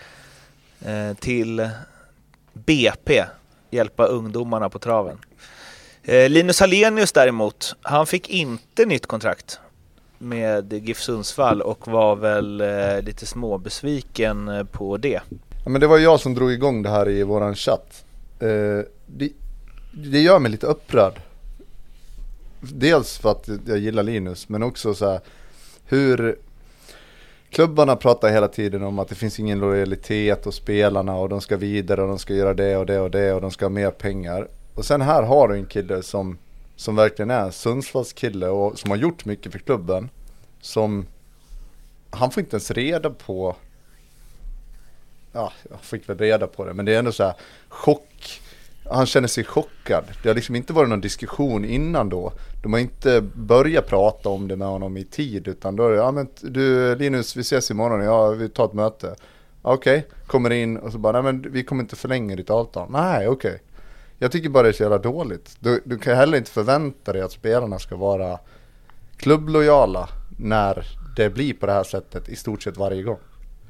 Eh, till B P, hjälpa ungdomarna på traven. Eh, Linus Hallenius däremot, han fick inte nytt kontrakt med GIF Sundsvall och var väl eh, lite småbesviken på det. Ja, men det var jag som drog igång det här i våran chatt. Eh, det, det gör mig lite upprörd. Dels för att jag gillar Linus, men också så här, hur klubbarna pratar hela tiden om att det finns ingen lojalitet och spelarna och de ska vidare och de ska göra det och det och det och de ska ha mer pengar. Och sen här har du en kille som, som verkligen är Sundsvalls kille och som har gjort mycket för klubben, som han får inte ens reda på, ja, jag fick väl reda på det, men det är ändå så här chock. Han känner sig chockad. Det har liksom inte varit någon diskussion innan då. De har inte börjat prata om det med honom i tid. Utan då är det, ja men du Linus, vi ses imorgon. Ja, vi tar ett möte. Okej, okay. Kommer in och så bara, nej men vi kommer inte förlänga ditt avtal. Nej, okej. Okay. Jag tycker bara det är så jävla dåligt. Du, du kan heller inte förvänta dig att spelarna ska vara klubblojala när det blir på det här sättet i stort sett varje gång.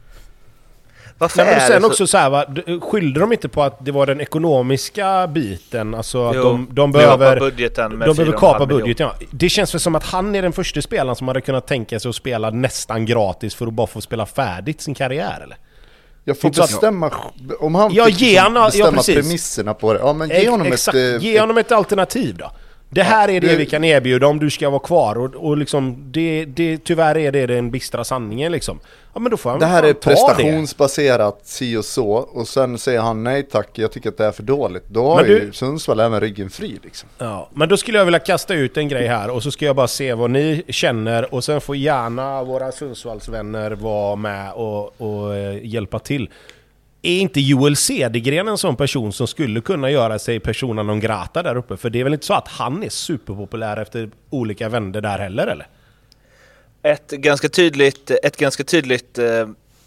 Varför Nej, men sen så... också så här, va, skyllde de inte på att det var den ekonomiska biten, alltså att jo, de, de behöver budgeten med de behöver kapa budgeten. Ja. Det känns väl som att han är den första spelaren som hade kunnat tänka sig att spela nästan gratis för att bara få spela färdigt sin karriär, eller? Jag får bestämma om han ja, fick ge han, bestämma ja, premisserna på det. Ja, men ge honom Exakt, ett ge honom ett alternativ då. Det här är det, det vi kan erbjuda om du ska vara kvar. Och, och liksom, det, det, tyvärr är det den bistra sanningen liksom. Ja, men då får han det här är ta prestationsbaserat, si och så. Och sen säger han nej tack, jag tycker att det är för dåligt. Då har ju Sundsvall även ryggen fri liksom. Ja, men då skulle jag vilja kasta ut en grej här. Och så ska jag bara se vad ni känner. Och sen får gärna våra Sundsvallsvänner vara med och, och eh, hjälpa till. Är inte Joel Cedergren en sån person som skulle kunna göra sig persona non grata där uppe? För det är väl inte så att han är superpopulär efter olika vänder där heller, eller? Ett ganska tydligt, ett ganska tydligt eh,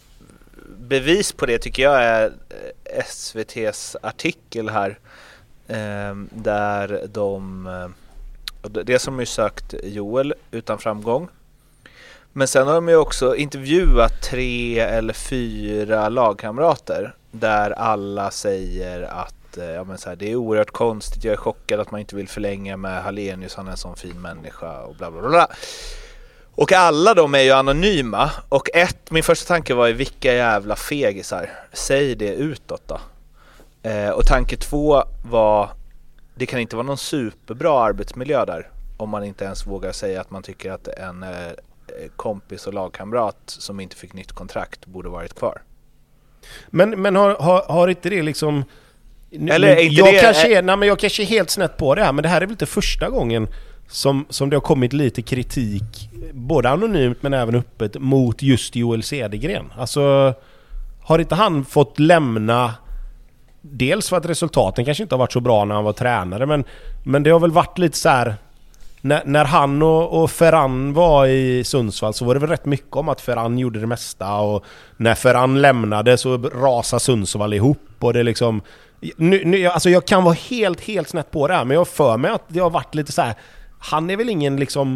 bevis på det tycker jag är S V T:s artikel här. Eh, där de... Eh, det som ju sökt Joel utan framgång. Men sen har de ju också intervjuat tre eller fyra lagkamrater där alla säger att ja, men så här, det är oerhört konstigt, jag är chockad att man inte vill förlänga med Hallenius, han är en sån fin människa och bla bla bla. Och alla de är ju anonyma och ett, min första tanke var ju vilka jävla fegisar, säg det utåt då. Eh, och tanke två var, det kan inte vara någon superbra arbetsmiljö där om man inte ens vågar säga att man tycker att en eh, kompis och lagkamrat som inte fick nytt kontrakt borde varit kvar. Men, men har, har, har inte det liksom... Eller inte jag, det, kanske är, nej, men jag kanske är helt snett på det här, men det här är väl inte första gången som, som det har kommit lite kritik, både anonymt men även öppet, mot just Joel Cedergren. Alltså, har inte han fått lämna, dels för att resultaten kanske inte har varit så bra när han var tränare, men, men det har väl varit lite så här... När, när han och, och Ferran var i Sundsvall så var det väl rätt mycket om att Ferran gjorde det mesta, och när Ferran lämnade så rasade Sundsvall ihop och det liksom... Nu, nu, alltså jag kan vara helt, helt snett på det här, men jag har för mig att det har varit lite så här. Han är väl ingen liksom...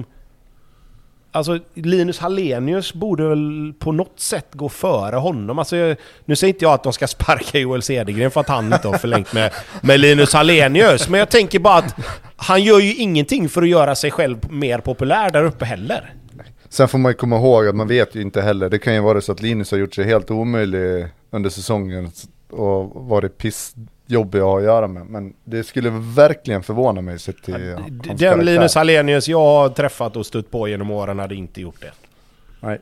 Alltså Linus Hallenius borde väl på något sätt gå före honom. Alltså jag, nu säger inte jag att de ska sparka Joel Cedergren för att han inte har förlängt med, med Linus Hallenius, men jag tänker bara att han gör ju ingenting för att göra sig själv mer populär där uppe heller. Sen får man ju komma ihåg att man vet ju inte heller. Det kan ju vara så att Linus har gjort sig helt omöjlig under säsongen och varit pissjobbig att ha att göra med. Men det skulle verkligen förvåna mig sett till ja, hans Den karaktär. Linus Hallenius jag har träffat och stött på genom åren hade inte gjort det. Nej.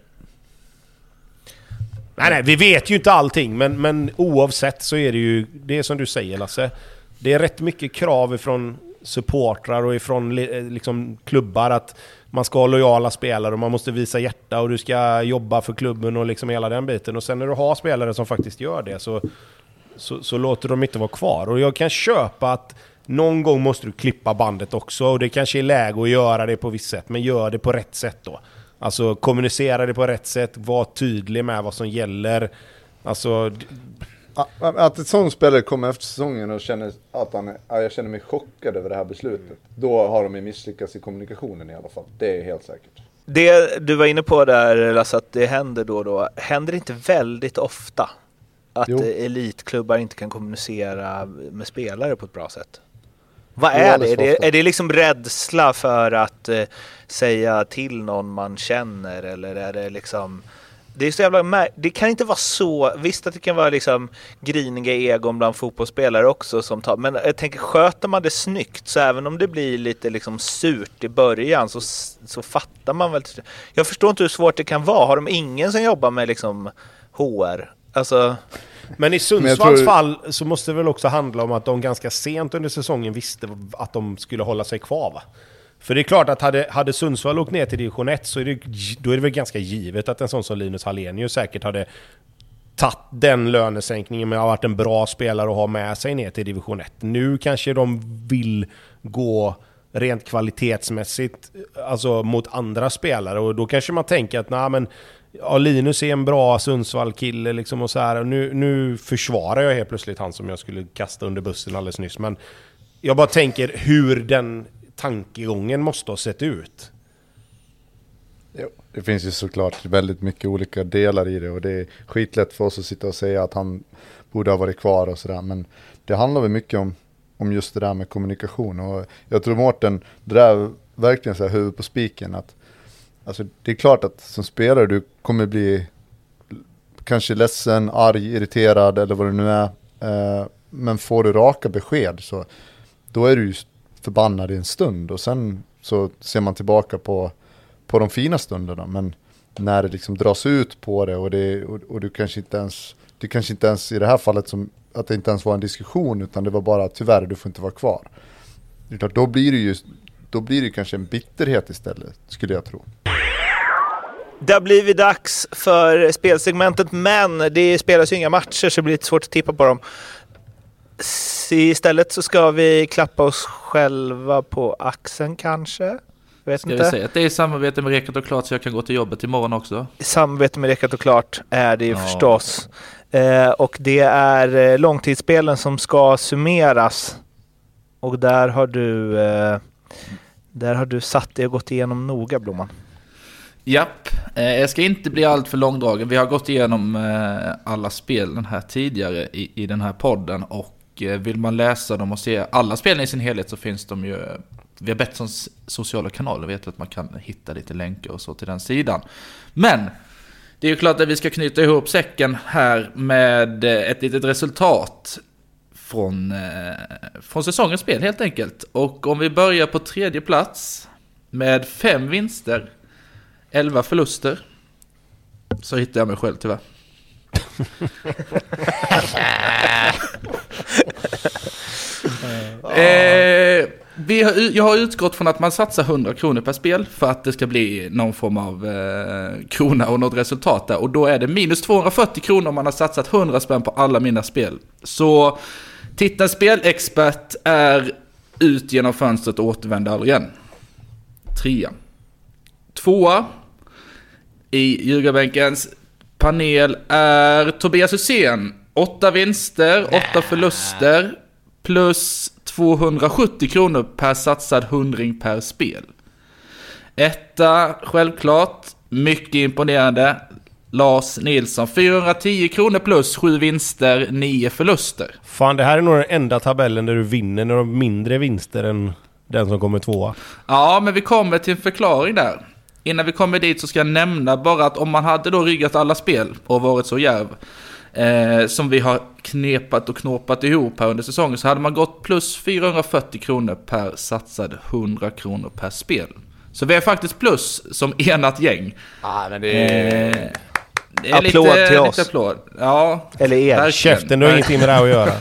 Nej, nej, vi vet ju inte allting, men, men oavsett så är det ju, det är som du säger Lasse, det är rätt mycket krav ifrån supportrar och ifrån liksom klubbar att man ska ha lojala spelare och man måste visa hjärta och du ska jobba för klubben och liksom hela den biten. Och sen när du har spelare som faktiskt gör det så, så, så låter de inte vara kvar. Och jag kan köpa att någon gång måste du klippa bandet också, och det kanske är läge att göra det på visst sätt, men gör det på rätt sätt då. Alltså kommunicera det på rätt sätt, var tydlig med vad som gäller. Alltså... Att ett sån spelare kommer efter säsongen och känner att han är, jag känner mig chockad över det här beslutet, då har de misslyckats i kommunikationen i alla fall. Det är helt säkert. Det du var inne på där, Lasse, att det händer då och då. Händer det inte väldigt ofta att jo. elitklubbar inte kan kommunicera med spelare på ett bra sätt? Vad är det? Är det, är det liksom rädsla för att eh, säga till någon man känner, eller är det liksom... Det är så jävla mär- det kan inte vara så, visst att det kan vara liksom griniga egon bland fotbollsspelare också som tar, men jag tänker, sköter man det snyggt, så även om det blir lite liksom surt i början så, så fattar man väl. Jag förstår inte hur svårt det kan vara. Har de ingen som jobbar med liksom H R? Alltså... Men i Sundsvalls tror... fall så måste det väl också handla om att de ganska sent under säsongen visste att de skulle hålla sig kvar, va? För det är klart att hade, hade Sundsvall åkt ner till division ett så är det, då är det väl ganska givet att en sån som Linus Hallenius säkert hade tagit den lönesänkningen, men har varit en bra spelare att ha med sig ner till division ett. Nu kanske de vill gå rent kvalitetsmässigt alltså mot andra spelare, och då kanske man tänker att nej, men ja, Linus är en bra Sundsvall-kille liksom, och så här, och nu, nu försvarar jag helt plötsligt han som jag skulle kasta under bussen alldeles nyss, men jag bara tänker hur den tankegången måste ha sett ut. Jo, det finns ju såklart väldigt mycket olika delar i det, och det är skitlätt för oss att sitta och säga att han borde ha varit kvar och sådär, men det handlar väl mycket om, om just det där med kommunikation, och jag tror Mårten, det där verkligen så här huvud på spiken, att alltså, det är klart att som spelare du kommer bli kanske ledsen, arg, irriterad eller vad det nu är, eh, men får du raka besked så då är du ju förbannad i en stund och sen så ser man tillbaka på, på de fina stunderna. Men när det liksom dras ut på det och, det, och, och du kanske inte ens, det kanske inte ens i det här fallet som att det inte ens var en diskussion utan det var bara tyvärr du får inte vara kvar. Det är klart, då blir det ju då blir det kanske en bitterhet istället, skulle jag tro. Det har blivit dags för spelsegmentet, men det spelas ju inga matcher så det blir lite svårt att tippa på dem. Istället så ska vi klappa oss själva på axeln kanske. Vet ska inte. Vi säga att det är samarbete med Rekat och Klart så jag kan gå till jobbet imorgon också? Samarbete med Rekat och Klart är det ju ja. förstås. Eh, och det är långtidsspelen som ska summeras. Och där har du eh, där har du satt det och gått igenom noga, Blomman. Japp, eh, jag ska inte bli allt för långdragen. Vi har gått igenom eh, alla spelen här tidigare i, i den här podden. Och eh, vill man läsa dem och se alla spelen i sin helhet så finns de ju... Vi har bett som sociala kanaler, vet att man kan hitta lite länkar och så till den sidan. Men det är ju klart att vi ska knyta ihop säcken här med ett litet resultat från, eh, från säsongens spel helt enkelt. Och om vi börjar på tredje plats med fem vinster, elva förluster, så hittar jag mig själv tyvärr. eh, vi har, jag har utgått från att man satsar hundra kronor per spel för att det ska bli någon form av eh, krona och något resultat där. Och då är det minus tvåhundrafyrtio kronor om man har satsat hundra spänn på alla mina spel. Så titta, spelexpert är ut genom fönstret och återvänder aldrig igen. Trea. Tvåa i Ljugarbänkens panel är Tobias Hussein. Åtta vinster, åtta förluster plus tvåhundrasjuttio kronor per satsad hundring per spel. Etta, självklart, mycket imponerande. Lars Nilsson, fyrahundratio kronor plus sju vinster, nio förluster. Fan, det här är nog den enda tabellen där du vinner några mindre vinster än den som kommer tvåa. Ja, men vi kommer till en förklaring där. Innan vi kommer dit så ska jag nämna bara att om man hade då ryggat alla spel och varit så djärv eh, som vi har knepat och knåpat ihop här under säsongen, så hade man gått plus fyrahundrafyrtio kronor per satsad hundra kronor per spel. Så vi är faktiskt plus som enat gäng. Ja, men det är... Eh, det är applåd lite, till oss. lite applåd. Ja, eller er. Käften, du har ingenting med det här att göra.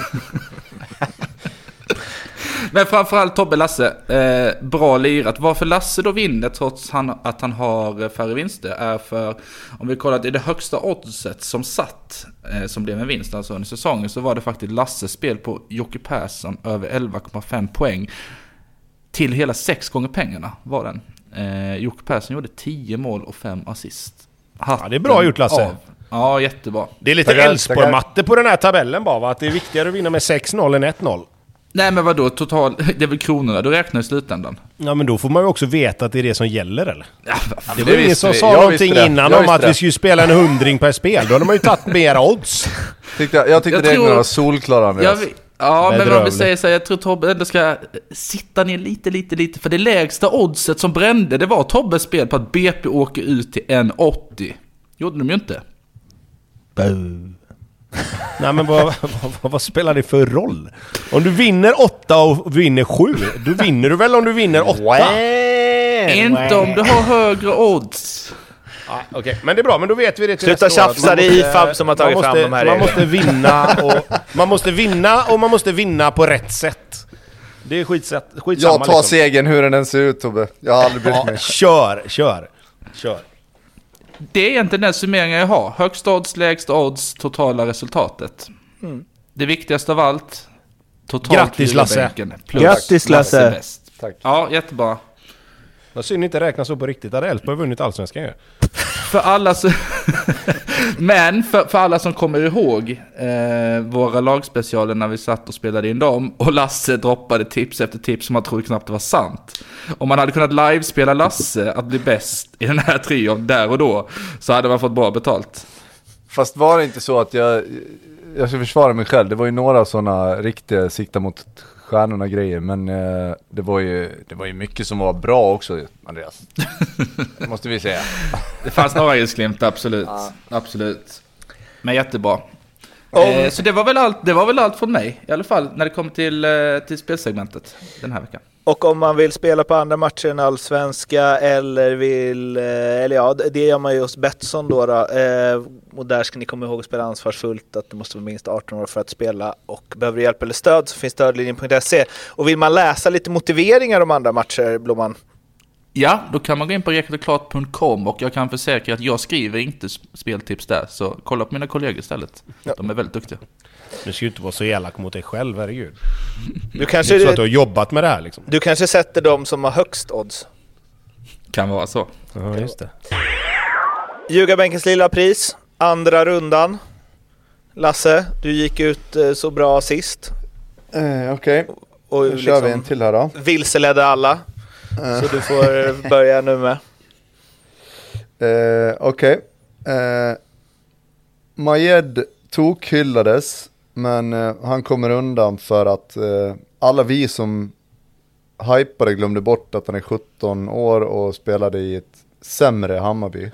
Men framförallt Tobbe Lasse, eh, bra lirat. Varför Lasse då vinner trots han, att han har färre vinster är för, om vi kollar, det är det högsta oddset som satt, eh, som blev en vinst alltså under säsongen, så var det faktiskt Lasses spel på Jocke Persson över elva komma fem poäng till hela sex gånger pengarna var den. Eh, Jocke Persson gjorde tio mål och fem assist. Ja, det är bra gjort, Lasse. Av. Ja, jättebra. Det är lite Elfsborg-matte på den här tabellen bara, va? Att det är viktigare att vinna med sex noll än ett noll. Nej, men vadå, total, det är väl kronorna, då räknar i slutändan. Ja, men då får man ju också veta att det är det som gäller, eller? Ja, det var ingen som sa någonting innan om att det. vi skulle spela en hundring per spel. Då hade man ju tagit mera odds. Tyckte, jag tyckte jag reglerna tror, var solklara med jag, Ja, men om vi säger så här, jag tror Tobbe ändå ska sitta ner lite, lite, lite. För det lägsta oddset som brände, det var Tobbes spel på att B P åker ut till en åttio. Gjorde de ju inte. Boo. Nej, men vad, vad, vad spelar det för roll? Om du vinner åtta och vinner sju, då vinner du väl om du vinner åtta? Inte om du har högre odds. Ah, okej, okay. Men det är bra, men då vet vi det till Sluta tjafsa, det är I F A B som har tagit måste, fram de här. Man måste vinna och man måste vinna och man måste vinna på rätt sätt. Det är skitsätt, skitsamma. Jag tar liksom segern hur den än ser ut, Tobbe. Jag har aldrig brytt ja, mig. Kör, kör, kör. Det är egentligen den summeringen jag har. Högst odds, lägst odds, totala resultatet. Mm. Det viktigaste av allt, totalt. Grattis Lasse. Grattis Lasse. Lasse Tack. Ja, jättebra. Jag synd inte räkna så på riktigt. Hade Elfsborg vunnit allsvenskan ju. För alla så... Men för, för alla som kommer ihåg eh, våra lagspecialer när vi satt och spelade in dem och Lasse droppade tips efter tips som man trodde knappt det var sant. Om man hade kunnat livespela Lasse att bli bäst i den här trion där och då, så hade man fått bra betalt. Fast var det inte så att jag jag ska försvara mig själv. Det var ju några sådana riktiga sikta mot stjärnorna grejer, men eh, det var ju det var ju mycket som var bra också, Andreas. Det måste vi säga. Det fanns några ljusglimt, absolut. Ja. Absolut. Men jättebra. Om... Eh, så det var, väl allt, det var väl allt från mig, i alla fall när det kom till, eh, till spelsegmentet den här veckan. Och om man vill spela på andra matcher än allsvenska eller vill, eller ja, det gör man ju hos Betsson då, då. Eh, och där ska ni komma ihåg att spela ansvarsfullt, att det måste vara minst arton år för att spela, och behöver hjälp eller stöd så finns stödlinjen punkt se. Och vill man läsa lite motiveringar om andra matcher, Blomman? Ja, då kan man gå in på rekordoklart punkt com och jag kan försäkra att jag skriver inte speltips där, så kolla på mina kollegor istället. Ja. De är väldigt duktiga. Du ska ju inte vara så elak mot dig själv, herregud. Du kanske, det är så att du har jobbat med det här liksom. Du kanske sätter dem som har högst odds. Kan vara så. Ja, just det. Ljugarbänkens lilla pris, andra rundan. Lasse, du gick ut eh, så bra sist. Eh, Okej, okay. Nu kör vi en till här då. Vilseledde alla. Uh. Så du får börja nu med. Eh, Okej. Okay. Eh, Majed tokhyllades, men eh, han kommer undan för att eh, alla vi som hypade glömde bort att han är sjutton år och spelade i ett sämre Hammarby.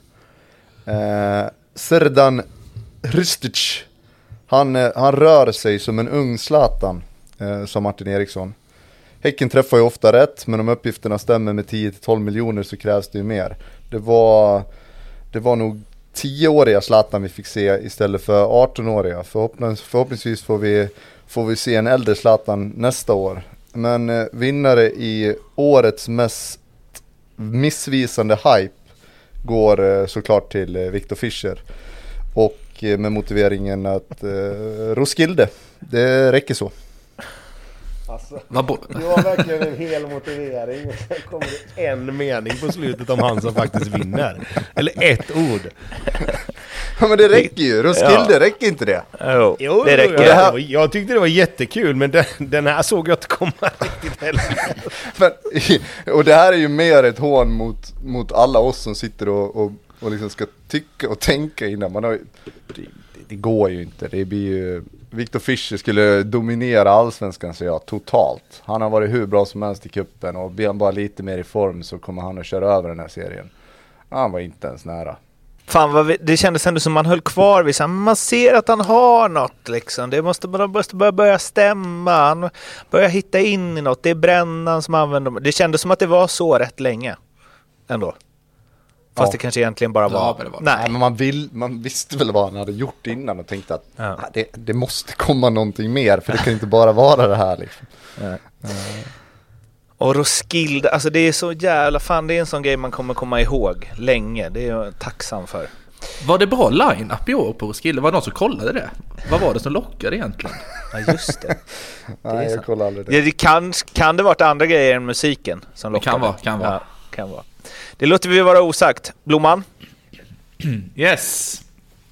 Eh, Serdar Hristić, han, eh, han rör sig som en ung Zlatan, eh, som Martin Eriksson. Häcken träffar ju ofta rätt, men om uppgifterna stämmer med tio till tolv miljoner så krävs det ju mer. Det var, det var nog tio-åriga Zlatan vi fick se istället för arton-åriga. Förhoppnings, förhoppningsvis får vi, får vi se en äldre Zlatan nästa år. Men eh, vinnare i årets mest missvisande hype går eh, såklart till eh, Viktor Fischer. Och eh, med motiveringen att eh, Roskilde, det räcker så. Alltså, det var verkligen en hel motivering och sen kommer det en mening på slutet om han som faktiskt vinner. Eller ett ord. Ja, men det räcker ju. Roskilde, ja. Räcker inte det? Jo, jo det räcker. Det här... Jag tyckte det var jättekul, men den, den här såg jag inte komma riktigt heller. Men, och det här är ju mer ett hån mot, mot alla oss som sitter och, och, och liksom ska tycka och tänka innan man har... Det, det går ju inte. Det blir ju... Viktor Fischer skulle dominera allsvenskan, så jag totalt. Han har varit hur bra som helst i kuppen, och blir han bara lite mer i form så kommer han att köra över den här serien. Han var inte ens nära. Fan, vad vi, det kändes ändå som man höll kvar vid. Man ser att han har något liksom. Det måste bara måste börja, börja stämma. Han börjar hitta in i något. Det är Brännan som använder. Det kändes som att det var så rätt länge ändå. Fast ja. Det kanske egentligen bara var... Ja, det var. Nej. Nej, men man, vill, man visste väl vad han hade gjort innan och tänkte att ja. det, det måste komma någonting mer, för det kan inte bara vara det här liksom. Ja. Ja. Och Roskilde, alltså det är så jävla fan, det är en sån grej man kommer komma ihåg länge. Det är jag tacksam för. Var det bra line-up i år på Roskilde? Var det någon som kollade det? Vad var det som lockade egentligen? Ja, just det. det Nej, jag kollar aldrig det. Ja, det kan, kan det varit andra grejer än musiken som lockade? Det kan vara, kan vara. Ja, kan vara. Det låter vi vara osagt. Blomman? Yes.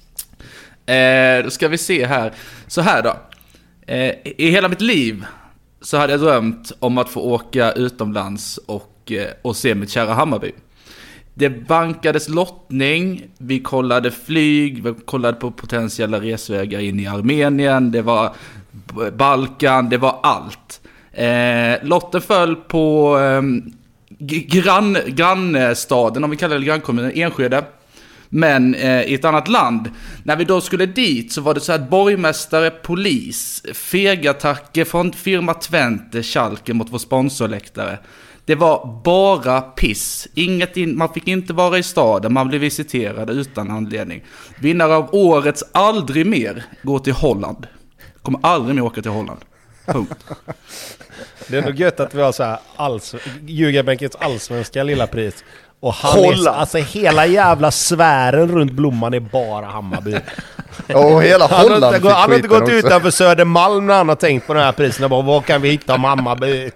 Eh, då ska vi se här. Så här då. Eh, I hela mitt liv så hade jag drömt om att få åka utomlands och, eh, och se mitt kära Hammarby. Det bankades lottning, vi kollade flyg, vi kollade på potentiella resvägar in i Armenien, det var Balkan, det var allt. Eh, lotten föll på... Eh, Grann, grannstaden, om vi kallar det grannkommunen, Enskede, men eh, i ett annat land. När vi då skulle dit så var det så att borgmästare, polis, fegattacke från firma Twente, Schalke mot vår sponsorläktare. Det var bara piss. Inget in, man fick inte vara i staden, man blev visiterad utan anledning. Vinnare av årets aldrig mer går till Holland. Kommer aldrig mer åka till Holland. Punkt. Det är nog gött att vi har så här alls, Ljugarbänkens allsvenska lilla pris. Och han Holland. Är, alltså hela jävla sfären runt Blomman är bara Hammarby. Och hela Holland. Han har inte, han har inte gått också utanför Södermalm när han har tänkt på den här prisen. Bara, vad kan vi hitta om Hammarby?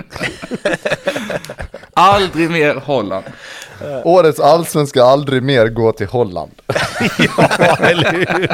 Aldrig mer Holland. Årets allsvenska aldrig mer gå till Holland. Ja, eller hur?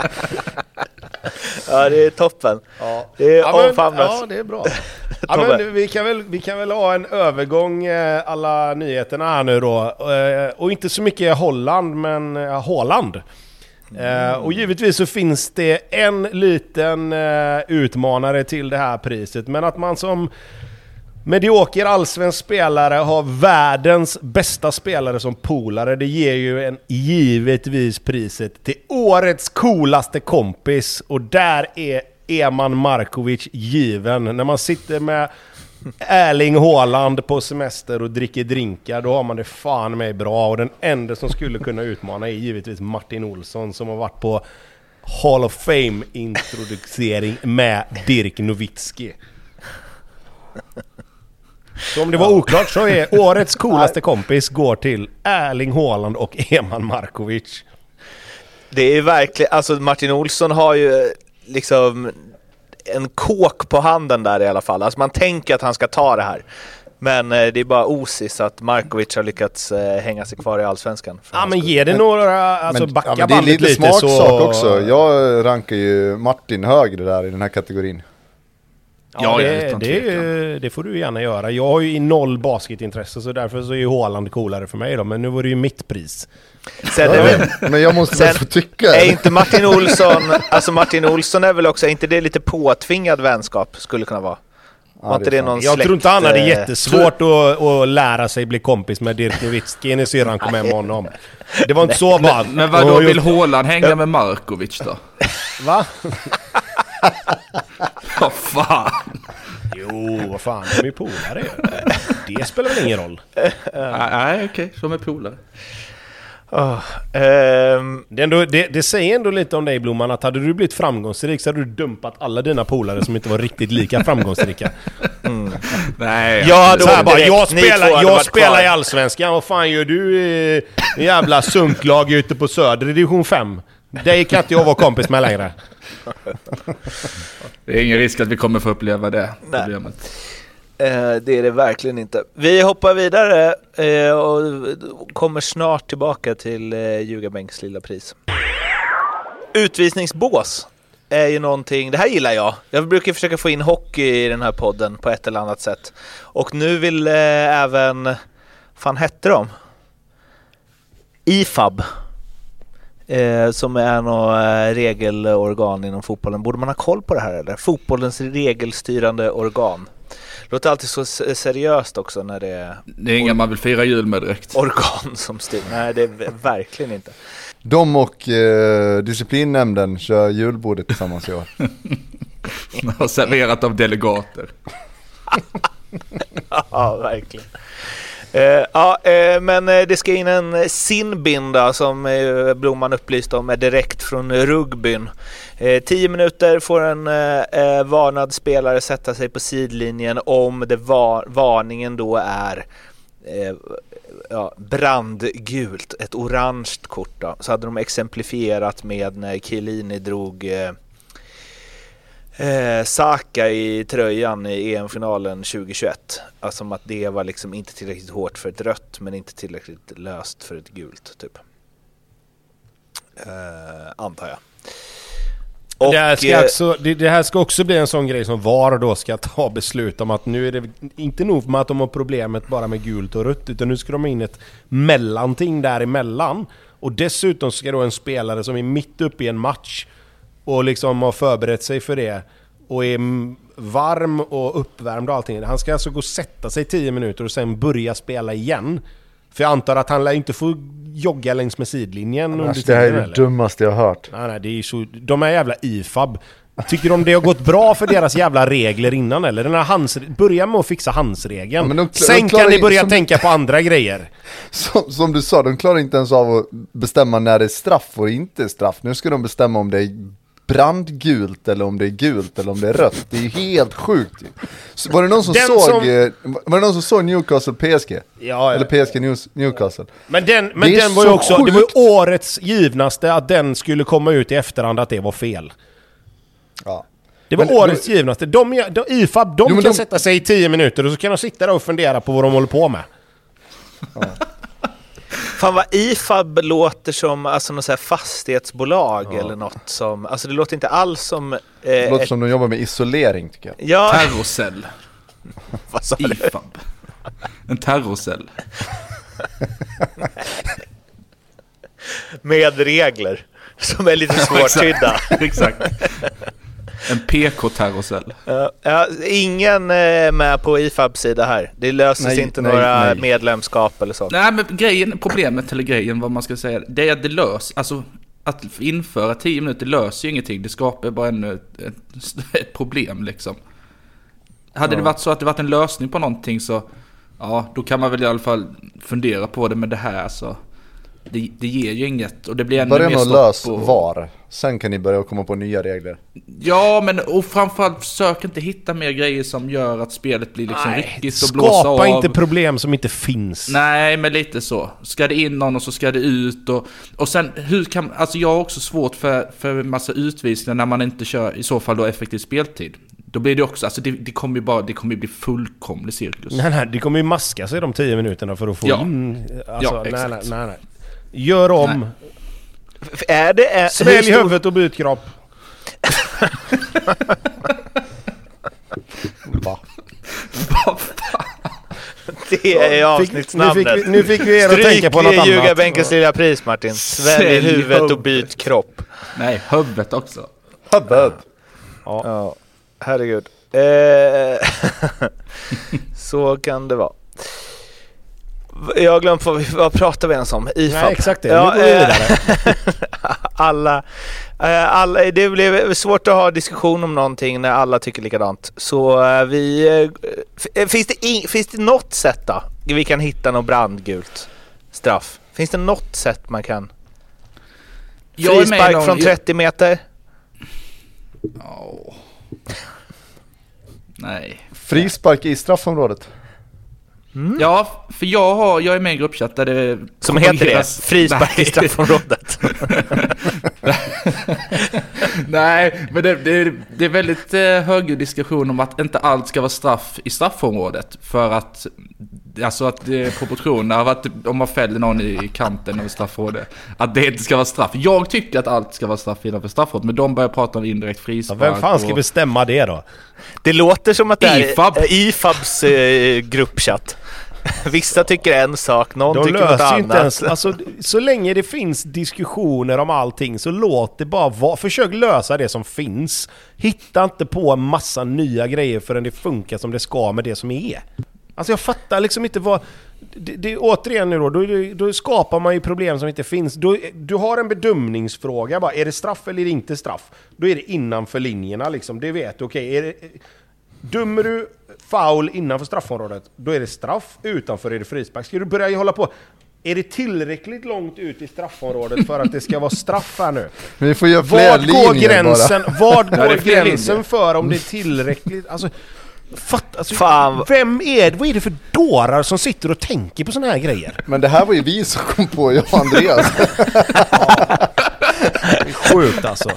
Ja, det är toppen. Ja. Det är ja, men, ja, det är bra. Ja, men vi, kan väl, vi kan väl ha en övergång, alla nyheterna här nu då. Och inte så mycket Holland, men Håland. Mm. Och givetvis så finns det en liten utmanare till det här priset. Men att man som medioker allsvensk spelare har världens bästa spelare som polare. Det ger ju en givetvis priset till årets coolaste kompis. Och där är Eman Markovic given. När man sitter med Erling Haaland på semester och dricker drinkar, då har man det fan med bra. Och den enda som skulle kunna utmana är givetvis Martin Olsson, som har varit på Hall of Fame-introducering med Dirk Nowitzki. Så om det var oklart så är årets coolaste kompis går till Erling Haaland och Eman Markovic. Det är verkligen, alltså Martin Olsson har ju liksom en kåk på handen där i alla fall. Alltså man tänker att han ska ta det här. Men eh, det är bara osis att Markovic har lyckats eh, hänga sig kvar i allsvenskan. Ja, men ger det några, alltså men, backa ja, men bandet det är lite lite smaksak så... också. Jag rankar ju Martin högre där i den här kategorin. Ja, Ja, det, utan det, tvekan. det får du gärna göra. Jag har ju i noll basketintresse, så därför så är ju Haaland coolare för mig då. Men nu var det ju mitt pris. Sen är väl, Men jag måste sen väl få tycka. är inte Martin Olsson, alltså Martin Olsson är väl också, är inte det lite påtvingad vänskap skulle kunna vara? Ja, Var inte det är det någon Jag släkt, tror inte han hade eh, jättesvårt att, att lära sig bli kompis med Dirk Nowitzki när syrran kom hem med honom. Det var inte så bara. Men vad då vill Haaland hänga med Markovic då? Va? Vad fan? Jo, vad fan, de är ju polare. Det spelar väl ingen roll. Nej, okej, som är polare. Oh, ehm, Det, är ändå, det, det säger ändå lite om dig, Blomman, att hade du blivit framgångsrik så hade du dumpat alla dina polare som inte var riktigt lika framgångsrika. mm. Nej. Ja, Så här bara, direkt, jag ni två spelar, hade jag varit spelar kvar. i Allsvenskan. Vad fan gör du i en jävla sunklag ute på Söder i division fem? Det kan inte jag vara kompis med längre. Det är ingen risk att vi kommer få uppleva det Nej. problemet. Eh, det är det verkligen inte. Vi hoppar vidare eh, och kommer snart tillbaka till eh, Ljugarbänks lilla pris. Utvisningsbås är ju någonting, det här gillar jag. Jag brukar försöka få in hockey i den här podden på ett eller annat sätt. Och nu vill eh, även, fan hette de? I F A B. Eh, som är något eh, regelorgan inom fotbollen. Borde man ha koll på det här eller? Fotbollens regelstyrande organ. Det låter alltid så seriöst också när det är... Det är inga man vill fira jul med direkt. Organ som styr. Nej, det är verkligen inte. De och eh, disciplinnämnden kör julbordet tillsammans i år. Och serverat av delegater. Ja, verkligen. Uh, ja, uh, men uh, det ska in en sinnbinda som uh, Blomman upplyste om är direkt från rugbyn. Uh, tio minuter får en uh, uh, varnad spelare sätta sig på sidlinjen om det var varningen då är uh, ja, brandgult, ett orange kort då. Så hade de exemplifierat med när Chiellini drog uh, Eh, Saka i tröjan i E M-finalen tjugohundratjugoett. Alltså som att det var liksom inte tillräckligt hårt för ett rött, men inte tillräckligt löst för ett gult typ. Eh, antar jag. Och, det, här ska också, det, det här ska också bli en sån grej som V A R då ska ta beslut om att nu är det inte nog med att de har problemet bara med gult och rött, utan nu ska de ha in ett mellanting däremellan. Och dessutom ska då en spelare som är mitt uppe i en match och liksom har förberett sig för det och är varm och uppvärmd och allting. Han ska alltså gå och sätta sig tio minuter och sen börja spela igen. För jag antar att han lär inte få jogga längs med sidlinjen under Alltså, tiden, det här är det eller? dummaste jag har hört. Nej, nej, det är så, de är jävla I F A B. Tycker de det har gått bra för deras jävla regler innan eller? Den här hands, börja med att fixa handsregeln. Ja, men de- sen de kan klarar ni in- börja som- tänka på andra grejer. Som, som du sa, de klarar inte ens av att bestämma när det är straff och inte straff. Nu ska de bestämma om det är brandgult eller om det är gult eller om det är rött. Det är ju helt sjukt. Så var det någon som Den såg som- eh, var det någon som såg Newcastle P S G? Ja, Eller P S G News, Newcastle. Men den, men Det är den var ju så också, det var sjukt. ju årets givnaste att den skulle komma ut i efterhand att det var fel. Ja. Det var Men årets då- givnaste. De, de, I F A B, de Jo, men kan de- sätta sig i tio minuter och så kan de sitta där och fundera på vad de håller på med. fan vad I F A B låter som alltså något så här fastighetsbolag eller något som, alltså det låter inte alls som eh, Det låter ett- som de jobbar med isolering tycker jag. ja, Terrorcell. vad sa I du? F A B. En terrorcell. Med regler som är lite svårtydda. Exakt. En P K-terrorcell. Uh, ja, ingen är med på I F A B-sida här. Det löses nej, inte nej, några nej. medlemskap eller så. Nej, men grejen, problemet eller grejen, vad man ska säga, det är att det lös. Alltså, att införa tio minuter löser ju ingenting. Det skapar bara ännu ett, ett, ett problem liksom. Hade ja. det varit så att det varit en lösning på någonting så, ja, då kan man väl i alla fall fundera på det. Men det här så, det, det ger ju inget. Och det blir ännu börja mer med att lös på... var. Sen kan ni börja komma på nya regler. Ja, men och framförallt försök inte hitta mer grejer som gör att spelet blir liksom Nej, ryckigt och blåsa av. Skapa inte problem som inte finns. Nej, men lite så. Ska det in någon och så ska det ut. Och, och sen, hur kan... Alltså jag har också svårt för, för en massa utvisningar när man inte kör i så fall då effektiv speltid. Då blir det också... Alltså det, det kommer ju bara... Det kommer ju bli fullkomlig cirkus. Nej, nej. Det kommer ju maska sig de tio minuterna för att få ja. in... Alltså, ja, exakt. Nej, nej, nej. Gör om... Nej. Är det är, Svälj stor... huvudet och byt kropp. Va? Det är avsnittsnamnet. Nu fick, nu fick vi er att tänka på något annat. Stryk Ljugarbänkens lilla pris, Martin. Svälj huvudet och byt kropp. Nej, huvudet också. Huvudet. Ja, ja. Herregud. Eh... Så kan det vara. Jag har glömt vad, vad pratar vi ens om? I F A B. Nej, exakt det. Ja, nu går vi vidare. alla, alla, det blev svårt att ha diskussion om någonting när alla tycker likadant. Så vi... Finns det, in, finns det något sätt då? Vi kan hitta något brandgult straff. Finns det något sätt man kan... Frispark från trettio meter? Oh. Nej. Frispark i straffområdet? Mm. Ja, för jag har jag är med i en gruppchatt där det som heter det frispark i straffområdet. Nej, men det, det, det är väldigt eh, hög diskussion om att inte allt ska vara straff i straffområdet för att alltså att det är proportioner av att om man fäller någon i kanten av straffområdet att det inte ska vara straff. Jag tycker att allt ska vara straff innanför straffområdet, men de börjar prata om indirekt frispark. Ja, vem fan ska och... bestämma det då? Det låter som att det är I F A B. I F A Bs eh, gruppchatt. Vissa tycker en sak, någon de tycker något annat. Inte ens, alltså, så länge det finns diskussioner om allting så låt det bara vara. Försök lösa det som finns. Hitta inte på en massa nya grejer förrän det funkar som det ska med det som är. Alltså jag fattar liksom inte vad... Det, det, återigen nu då, då, då skapar man ju problem som inte finns. Då, du har en bedömningsfråga bara, är det straff eller är det inte straff? Då är det innanför linjerna liksom, det vet du. Okej, är det... Dömer du foul innanför straffområdet, då är det straff. Utanför är det frispark. Ska du börja hålla på? Är det tillräckligt långt ut i straffområdet för att det ska vara straff här nu? Vi får göra fler Vart går linjer gränsen? bara. Vad går gränsen för om det är tillräckligt? Alltså, fatt, alltså Fan. Vem är det? Vad är det för dårar som sitter och tänker på såna här grejer? Men det här var ju vi som kom på, jag och Andreas. Ja. Det är sjukt alltså.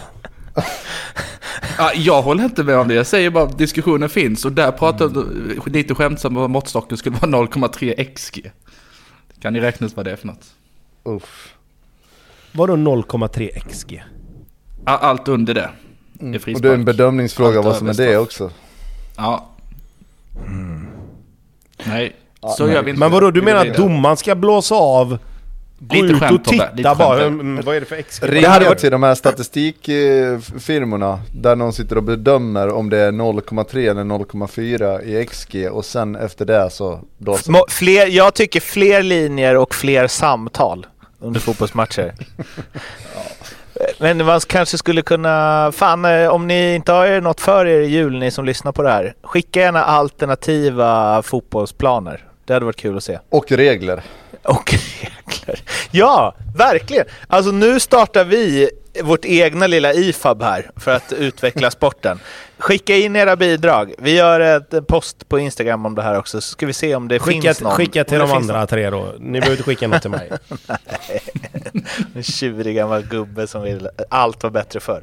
Ja, jag håller inte med om det. Jag säger bara att diskussionen finns. Och där pratar mm. lite skämtsamt om att måttstocken skulle vara noll komma tre X G. Kan ni räkna ut vad det är för något? Uff. Vadå noll komma tre X G? Allt under det. Mm. Är och det är en bedömningsfråga allt vad som är det också. Ja. Mm. Nej, ja, så nej. Gör vi inte. Men vadå, du menar att domaren ska blåsa av... Gå lite ut och titta bara, mm, vad är det för X G? Ringa varit... till de här statistikfirmorna där någon sitter och bedömer om det är noll komma tre eller noll komma fyra i X G och sen efter det så... Då så. Fler, jag tycker fler linjer och fler samtal under fotbollsmatcher. Ja. Men man kanske skulle kunna... Fan, om ni inte har något för er i jul, ni som lyssnar på det här, skicka gärna alternativa fotbollsplaner. Det hade varit kul att se. Och regler. Och regler. Ja, verkligen. Alltså nu startar vi vårt egna lilla I F A B här för att utveckla sporten. Skicka in era bidrag. Vi gör ett post på Instagram om det här också, så ska vi se om det skicka, finns någon. Skicka till de andra någon. tre då. Ni behöver inte skicka något till mig. Nej. En tjurig gammal gubbe som vill allt var bättre för.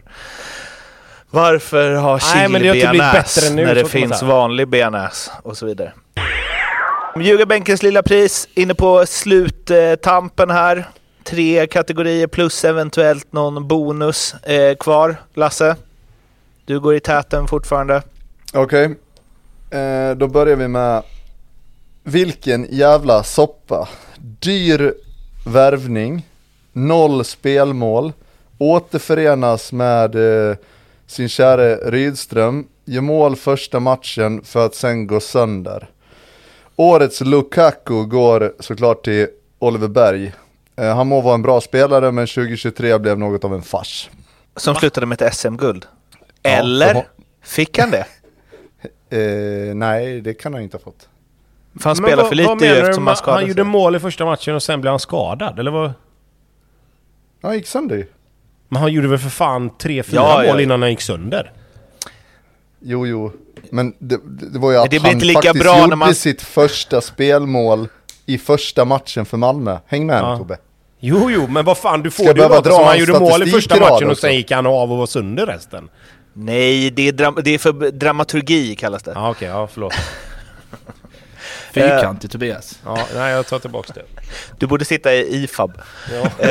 Varför ha chili-bearnaise när det finns vanlig bearnaise och så vidare. Ljugarbänkens lilla pris inne på sluttampen här. Tre kategorier plus eventuellt någon bonus eh, kvar. Lasse, du går i täten fortfarande. Okej, okay. eh, då börjar vi med vilken jävla soppa. Dyr värvning, noll spelmål, återförenas med eh, sin käre Rydström gör mål första matchen för att sen gå sönder. Årets Lukaku går såklart till Oliver Berg. Eh, han må vara en bra spelare, men tjugohundratjugotre blev något av en fars. Som Va? slutade med ett S M-guld. Eller ja, fick han det? eh, nej, det kan han inte ha fått. För han spelar för lite eftersom han skadade Han gjorde mål i första matchen och sen blev han skadad, eller vad? Han gick sönder. Men han gjorde väl för fan tre, fyra ja, mål ja. innan han gick sönder. Jo, jo. Men det, det var ju att det han lika faktiskt bra gjorde när man... sitt första spelmål i första matchen för Malmö. Häng med ja. nu, Tobbe. Jo, jo, men vad fan, du får Ska det ju låta som han gjorde mål i första matchen och också. sen gick han av och var sönder resten. Nej, det är, dram- det är för dramaturgi kallas det. Ja, okej, okay, ja, förlåt. Fyrkantig Tobias. Ja, nej, jag tar tillbaka det. Du borde sitta i I F A B. Ja.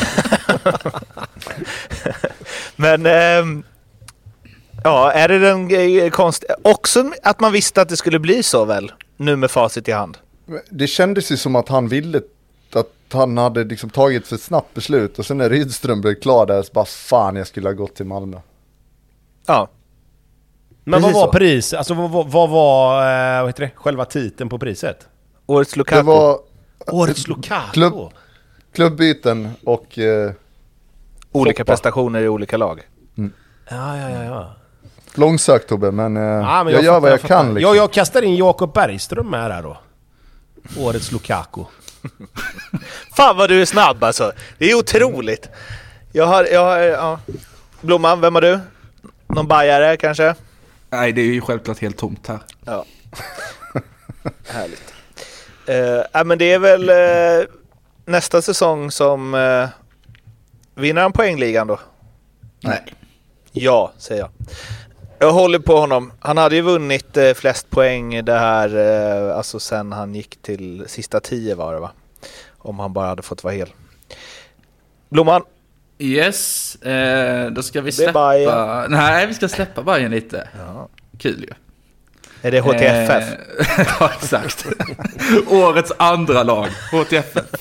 Men ähm, ja, är det den konst också att man visste att det skulle bli så väl nu med facit i hand? Det kändes ju som att han ville att han hade liksom tagit för snabbt beslut och sen när Rydström blev klar där så bara fan jag skulle ha gått till Malmö. Ja. Men precis vad var så. pris? Alltså vad, vad, vad var eh, vad heter det? Själva titeln på priset? Årets Lukaku. Det var Årets Lukaku. Klubb, klubbyten och eh, olika soppa. prestationer i olika lag. Mm. Ja, ja, ja, ja. Långsökt Tobbe, men, eh, ja, men jag, jag gör fattar, vad jag, jag kan liksom. Ja, jag kastar in Jakob Bergström med här då. Årets Lukaku. Fan vad du är snabb alltså. Det är otroligt. Jag har, jag har ja. Blomman, vem har du? Någon bajare kanske? Nej, det är ju självklart helt tomt här. Ja. Härligt. Uh, äh, men det är väl uh, nästa säsong som uh, vinner han poängligan då? Nej. Ja, säger jag. Jag håller på honom. Han hade ju vunnit uh, flest poäng det här, uh, alltså sen han gick till sista tio var det va? Om han bara hade fått vara hel. Blomman. Yes, eh, då ska vi släppa... Bayern. Nej, vi ska släppa Bayern lite. Ja. Kul ju. Är det H T F F? Eh, ja, exakt. Årets andra lag, H T F F.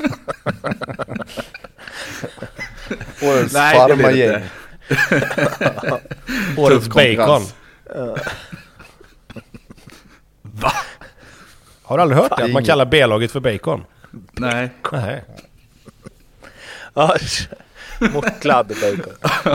Årets Nej, det blir det farmagäng. Årets bacon. Va? Har du aldrig hört det? Att man kallar B-laget för bacon? Nej. Nej. Ja, mortlad bacon.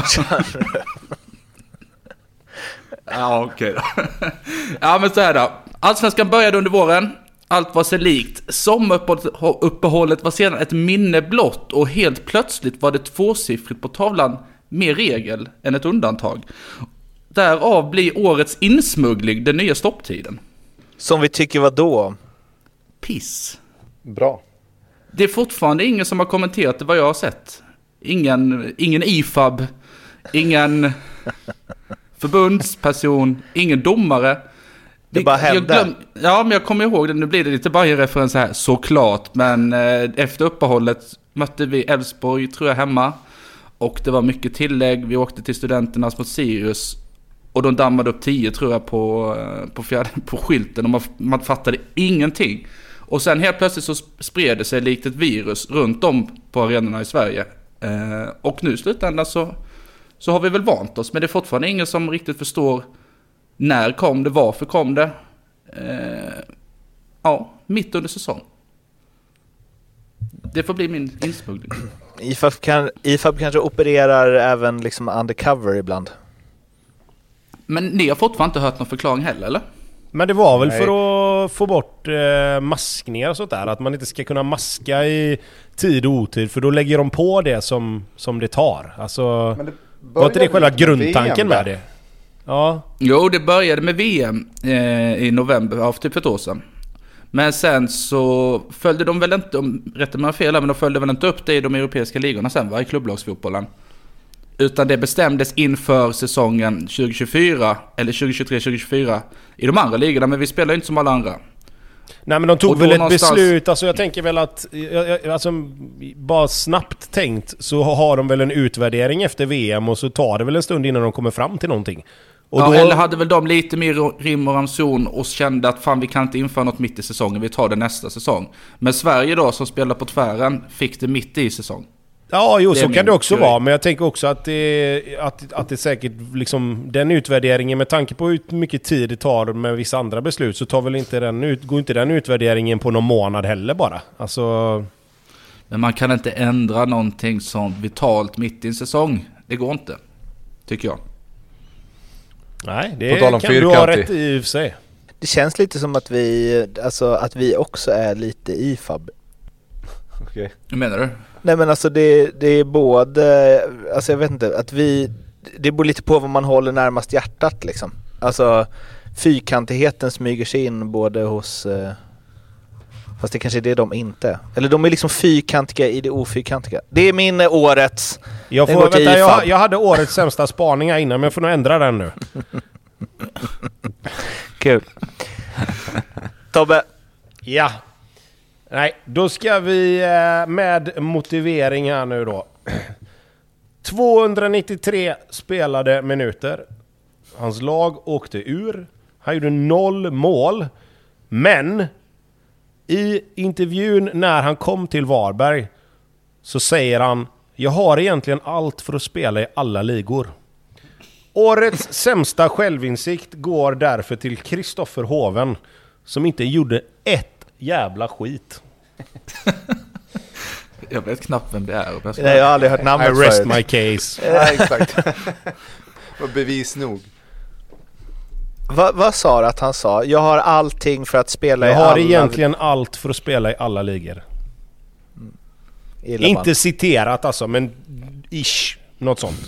Ja, okej då. Ja, men så här då. Allsvenskan började under våren. Allt var sig likt. Sommaruppehållet var sedan ett minne blott och helt plötsligt var det tvåsiffrigt på tavlan, mer regel än ett undantag. Därav blir årets insmuggling den nya stopptiden. Som vi tycker var då? Piss. Bra. Det är fortfarande ingen som har kommenterat det vad jag har sett. Ingen, ingen I F A B, ingen förbundsperson, ingen domare. Det bara hände. Ja, men jag kommer ihåg det. Nu blir det lite Bayern-referens här, såklart. Men eh, efter uppehållet mötte vi Elfsborg, tror jag, hemma. Och det var mycket tillägg. Vi åkte till studenternas mot Sirius. Och de dammade upp tio, tror jag, på, på, fjärde, på skylten. Och man, man fattade ingenting. Och sen helt plötsligt så spred det sig likt ett virus runt om på arenorna i Sverige. Eh, och nu i slutändan så, så har vi väl vant oss. Men det är fortfarande ingen som riktigt förstår när kom det, varför kom det. Eh, ja, mitt under säsong. Det får bli min insmuggling. I F A B, kan, I F A B kanske opererar även liksom undercover ibland. Men ni har fortfarande inte hört någon förklaring heller, eller? Men det var väl Nej. för att få bort eh, maskningar och sånt där. Att man inte ska kunna maska i tid och otid. För då lägger de på det som, som det tar. Alltså, Men det var inte det själva började med grundtanken V M med det? Ja. Jo, det började med V M eh, i november, av typ ett år sedan. Men sen så följde de väl inte, om rätt mig fel, men de följde väl inte upp det i de europeiska ligorna sen, va, i klubblagsfotbollen. Utan det bestämdes inför säsongen tjugohundratjugofyra eller tjugohundratjugotre tjugohundratjugofyra i de andra ligorna, men vi spelar inte som alla andra. Nej, men de tog Och då väl ett någonstans- beslut, alltså jag tänker väl att jag- jag- alltså, bara snabbt tänkt så har de väl en utvärdering efter V M och så tar det väl en stund innan de kommer fram till någonting. Och Ja, då, eller hade väl de lite mer rim och ranson och kände att fan, vi kan inte införa något mitt i säsongen, vi tar det nästa säsong. Men Sverige då, som spelar på tvären, fick det mitt i säsong. Ja, jo, det så kan det också grej. vara. Men jag tänker också att det, att, att det säkert liksom, den utvärderingen, med tanke på hur mycket tid det tar med vissa andra beslut, så tar väl inte den ut, går inte den utvärderingen på någon månad heller bara. Alltså... Men man kan inte ändra någonting som vitalt mitt i en säsong. Det går inte, tycker jag. Nej, det kan du ha rätt i och för sig. Det känns lite som att vi, alltså, att vi också är lite I F A B. Okej. Okay. Hur menar du? Nej, men alltså det, det är både, alltså jag vet inte, att vi, det beror lite på vad man håller närmast hjärtat liksom. Alltså fyrkantigheten smyger sig in både hos, eh, fast det kanske är det de inte. Eller de är liksom fyrkantiga i det ofyrkantiga. Det är min årets. Jag, får, vänta, jag, jag hade årets sämsta spaningar innan, men jag får nog ändra den nu. Kul. Tobbe. Ja. Nej, då ska vi med motivering här nu då. tvåhundranittiotre spelade minuter. Hans lag åkte ur. Han gjorde noll mål. Men i intervjun när han kom till Varberg så säger han: jag har egentligen allt för att spela i alla ligor. Årets sämsta självinsikt går därför till Kristoffer Hoven, som inte gjorde ett jävla skit. Jag vet knappt vem det är. Nej, jag har aldrig hört namnet. I rest my case. Ja, exakt. Och bevis nog. Va, vad sa du att han sa? Jag har allting för att spela jag i alla... Jag har egentligen allt för att spela i alla ligor. Mm. Inte citerat alltså, men ish. Något sånt.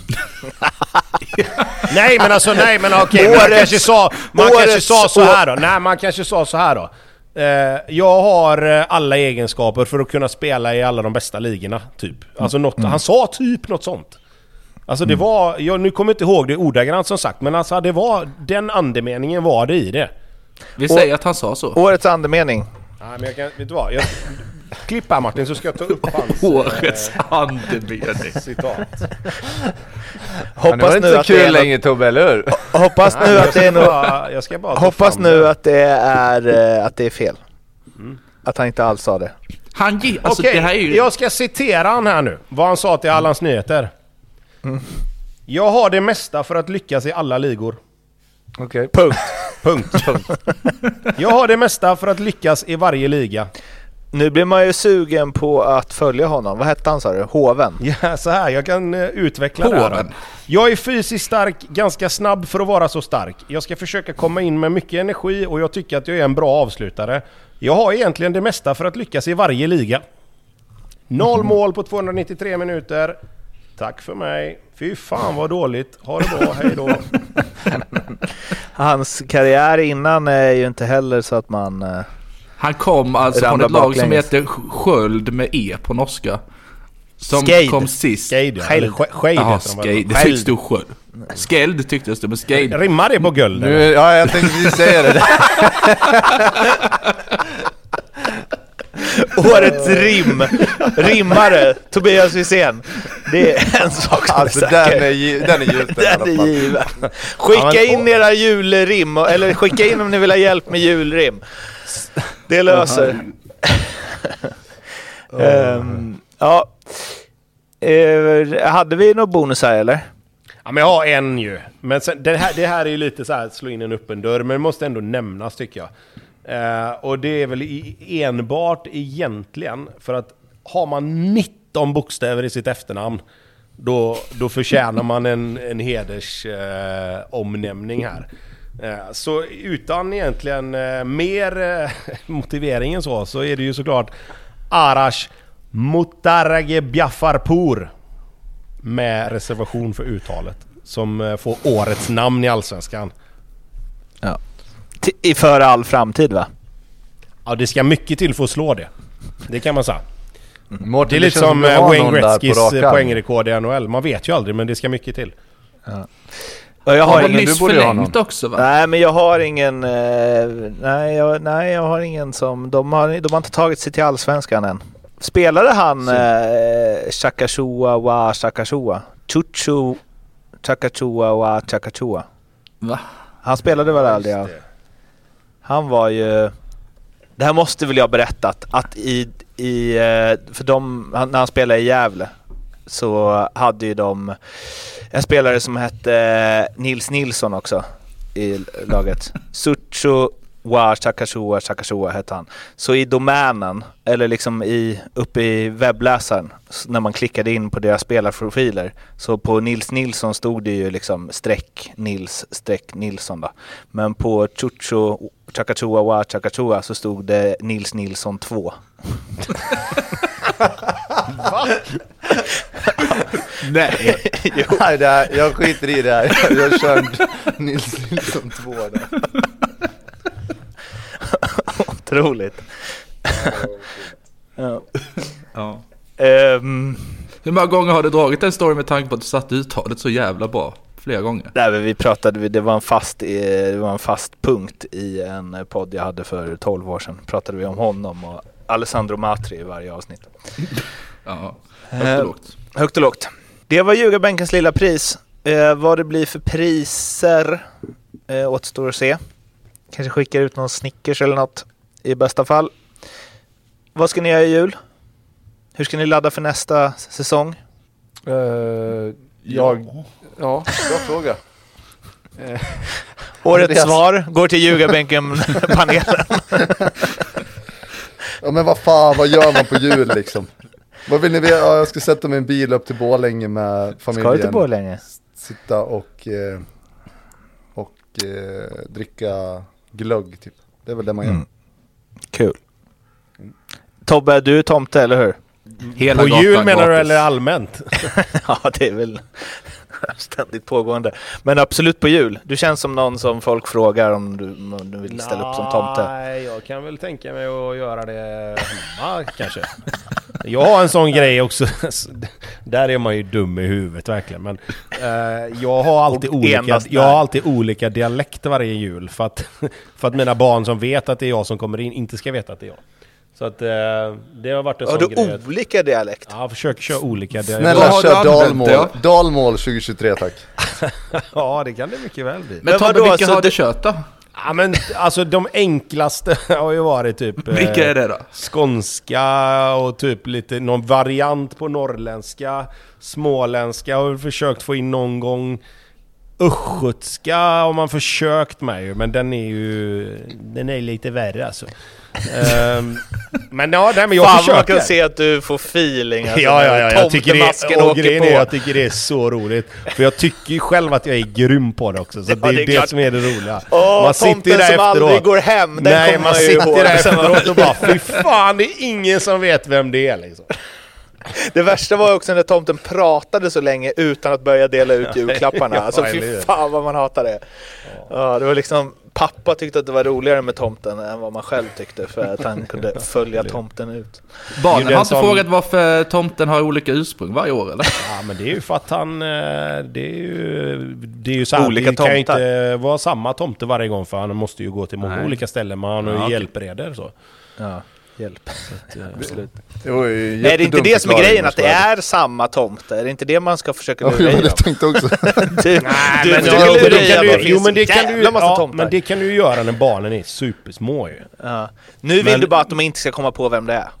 nej men alltså nej men okej, okay, man kanske sa man kanske sa så här då. Nej, man kanske sa så här då. Eh, jag har alla egenskaper för att kunna spela i alla de bästa ligorna typ. Alltså något, mm. han sa typ något sånt. Alltså det var, jag nu kommer inte ihåg det ordagrant som sagt, men alltså det var den andemeningen var det i det. Vi säger att han sa så. Årets andemening. Nej, men jag kan, vet du vad? Jag klipp här Martin, så ska jag ta upp hans årets äh, andemening citat. Hoppas nu att det är länge Tobbe, eller hur? Hoppas nu att det är bara, jag ska bara hoppas nu att det är att det är fel. Mm. Att han inte alls sa det. Han ge, alltså Okej, det här är ju... jag ska citera han här nu. Vad han sa till Allans Nyheter. Mm. Jag har det mesta för att lyckas i alla ligor. Okej. Okay. Punkt. Punkt. Punkt. Jag har det mesta för att lyckas i varje liga. Nu blir man ju sugen på att följa honom. Vad hette han, sa du? Hoven? Ja, så här. Jag kan uh, utveckla Hoven. Det här. Jag är fysiskt stark, ganska snabb för att vara så stark. Jag ska försöka komma in med mycket energi och jag tycker att jag är en bra avslutare. Jag har egentligen det mesta för att lyckas i varje liga. Noll mm. mål på tvåhundranittiotre minuter. Tack för mig. Fy fan vad dåligt. Ha det bra, hej då. Hans karriär innan är ju inte heller så att man... Uh... Han kom alltså från ett lag som heter Sköld med E på norska. Som Skeid. kom sist. Skeid, Skeid. Jaha, Skeid. Det tycks du Sköld. Skeld tycktes det, men Skeid. Rimmar det på guld? Nu, ja, jag tänkte vi säga det. Årets rim. Rimmare. Tobias Wiesén. Det är en sak som alltså, är den är, den är gjuten. Den är given. Skicka in era julrim. Eller skicka in om ni vill ha hjälp med julrim. Det löser. um, ja. Uh, hade vi några bonusar eller? Ja, men jag har en ju. Men sen, det, här, det här är ju lite så här slå in en öppen dörr, men det måste ändå nämnas tycker jag. Uh, och det är väl i, enbart egentligen för att har man nitton bokstäver i sitt efternamn, då, då förtjänar man en, en heders uh, omnämning här. Uh, så utan egentligen uh, mer uh, motivering än så, så är det ju såklart Arash Mutarage Biafarpour med reservation för uttalet som uh, får årets namn i Allsvenskan. Ja. I för all framtid, va? Ja, det ska mycket till för att slå det. Det kan man säga. Mm. Det är lite som Wayne Gretzkys poängrekord i N H L. Man vet ju aldrig, men det ska mycket till. Ja. Och jag har ja, ingen... nyss förlängt också, va? Nej, men jag har ingen... Eh, nej, jag, nej, jag har ingen som... De har, de har inte tagit sig till Allsvenskan än. Spelade han eh, Chakachua wa Chakachua? Chuchu Chakachua wa Chakachua? Va? Han spelade väl aldrig, ja. Han var ju... Det här måste väl jag berättat att i, i för de, när han spelade i Gävle så hade ju de en spelare som hette Nils Nilsson också i laget. Sucho Wa Chakashua Chakashua hette han. Så i domänen, eller liksom i, uppe i webbläsaren, när man klickade in på deras spelarprofiler, så på Nils Nilsson stod det ju liksom streck Nils streck Nilsson då. Men på Chucho Chakashua Wa Chakashua så stod det Nils Nilsson två. Va? Nej. Nej, det här, jag skiter i det här. Jag, jag kör Nils Nilsson två där. Otroligt. Ja. Ja. Um, Hur många gånger har du dragit en story med tanke på att du satt uttalet så jävla bra? Flera gånger. Nej, men vi pratade, det var en fast det var en fast punkt i en podd jag hade för tolv år sedan. Pratade vi om honom och Alessandro Matri i varje avsnitt. Ja, högt och lågt. Eh, högt och lågt. Det var Ljugarbänkens lilla pris. Eh, vad det blir för priser eh, återstår att se. Kanske skickar ut någon Snickers eller något i bästa fall. Vad ska ni göra i jul? Hur ska ni ladda för nästa säsong? Uh, jag... Ja, bra fråga. Eh, Årets svar går till Ljugarbänken-panelen. Ja, men vad fan, vad gör man på jul liksom? Vad vill ni veta? Ja, jag ska sätta mig en bil upp till Borlänge med familjen. Ska du till Borlänge? Sitta och, eh, och eh, dricka glögg typ. Det är väl det man gör. Mm. Kul. Mm. Tobbe, du är tomte, eller hur? Hela på jul menar du eller allmänt? Ja, det är väl ständigt pågående. Men absolut på jul. Du känns som någon som folk frågar om du, om du vill ställa Nå, upp som tomte. Nej, jag kan väl tänka mig att göra det hemma kanske. Jag har en sån grej också. Där är man ju dum i huvudet verkligen. Men eh, jag har alltid olika jag har alltid olika dialekter varje jul för att för att mina barn som vet att det är jag som kommer in inte ska veta att det är jag. Så att eh, det har varit en har sån du grej. olika dialekt? Ja, jag försöker köra olika dialekter. Snälla, kör dalmål. Ja? Dalmål tjugohundratjugotre, tack. Ja, det kan det mycket väl bli. Men Tobbe, vilka har du kört då? Ja, men alltså de enklaste har ju varit typ vilka är det då? Skånska och typ lite någon variant på norrländska, småländska har vi försökt få in någon gång. Östgötska har man försökt med ju, men den är ju den är lite värre alltså. um, men ja, nej, men jag Fan, försöker. Man kan se att du får feeling alltså, ja, ja, ja, jag tycker det, och grejen är, jag tycker det är så roligt. För jag tycker ju själv att jag är grym på det också. Så ja, det är det, är det som är det roliga. Åh, man sitter där som efteråt. Aldrig går hem. Den nej, man, man sitter där efteråt och bara, fy fan, det är ingen som vet vem det är liksom. Det värsta var också när tomten pratade så länge utan att börja dela ut julklapparna. Ja, alltså fy fan vad man hatar det. Ja. Ja, det var liksom, pappa tyckte att det var roligare med tomten än vad man själv tyckte, för att han kunde följa tomten ut. Barnen har inte som... frågat varför tomten har olika ursprung varje år eller? Ja, men det är ju för att han, det är ju, det är ju så här, olika det kan ju tomtar. inte vara samma tomte varje gång, för han måste ju gå till många Nej. olika ställen, men han har ju ja, hjälpreder så. Ja. Hjälp. Så, absolut. Det var ju Nej, det är inte det som är grejen, att det är samma tomte. Är det inte det man ska försöka lura ja, i dem? tänkte också. du, Nej, du men, försöker ja, lura i kan dem. du, jo, men det kan du, ja, men det kan du göra när barnen är supersmå ju. Ja. Nu vill men, du bara att de inte ska komma på vem det är.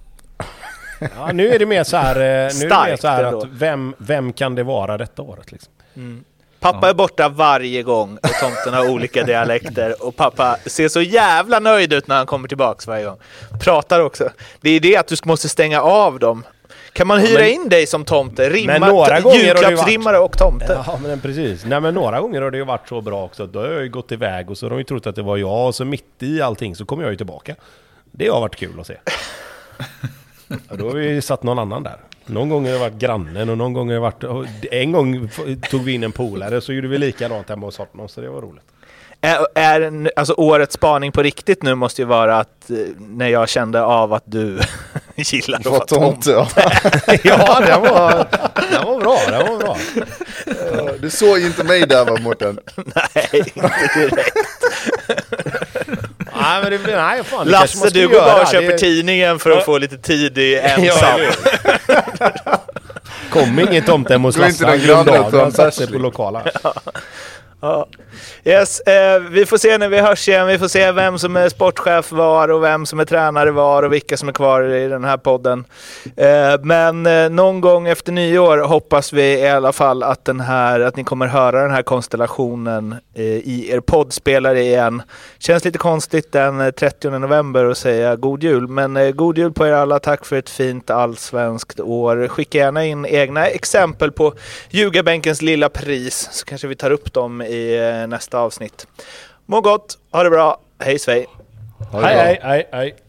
Ja, nu är det mer så här, nu är det mer så här att vem, vem kan det vara detta året liksom? Mm. Pappa ja. är borta varje gång och tomten har olika dialekter och pappa ser så jävla nöjd ut när han kommer tillbaks varje gång. Pratar också. Det är det att du måste stänga av dem. Kan man hyra ja, men, in dig som tomte? Rimma, julklappsrimmare och tomte. Ja, men precis. Nej, men några gånger har det ju varit så bra också. Då har jag ju gått iväg och så har de ju trott att det var jag, och så mitt i allting så kommer jag ju tillbaka. Det har varit kul att se. Ja, då har vi satt någon annan där. Någon gång har det varit grannen och någon gång har det varit... En gång tog vi in en polare så gjorde vi likadant hemma hos honom, så det var roligt. Är, är, alltså årets spaning på riktigt nu måste ju vara att när jag kände av att du gillar att vara tomte. Ja, ja det, var, det var bra, det var bra. Du såg inte mig där, va, Mårten? Nej, inte direkt. Nej, men det, nej, fan, det Lasse, du går bara och köper det... tidningen för att få lite tid i ensam. Kom ingen tomte hos Lasse, han glömde av, han satt sig på lokala. Ja. Ja. Yes, eh, vi får se när vi hörs igen. Vi får se vem som är sportchef var och vem som är tränare var och vilka som är kvar i den här podden. Eh, men eh, någon gång efter nyår hoppas vi i alla fall att, den här, att ni kommer höra den här konstellationen eh, i er poddspelare igen. Känns lite konstigt den trettionde november att säga god jul, men eh, god jul på er alla. Tack för ett fint allsvenskt år. Skicka gärna in egna exempel på Ljugarbänkens lilla pris, så kanske vi tar upp dem i nästa avsnitt. Må gott, ha det bra, hej svej. Hej, hej, hej, hej.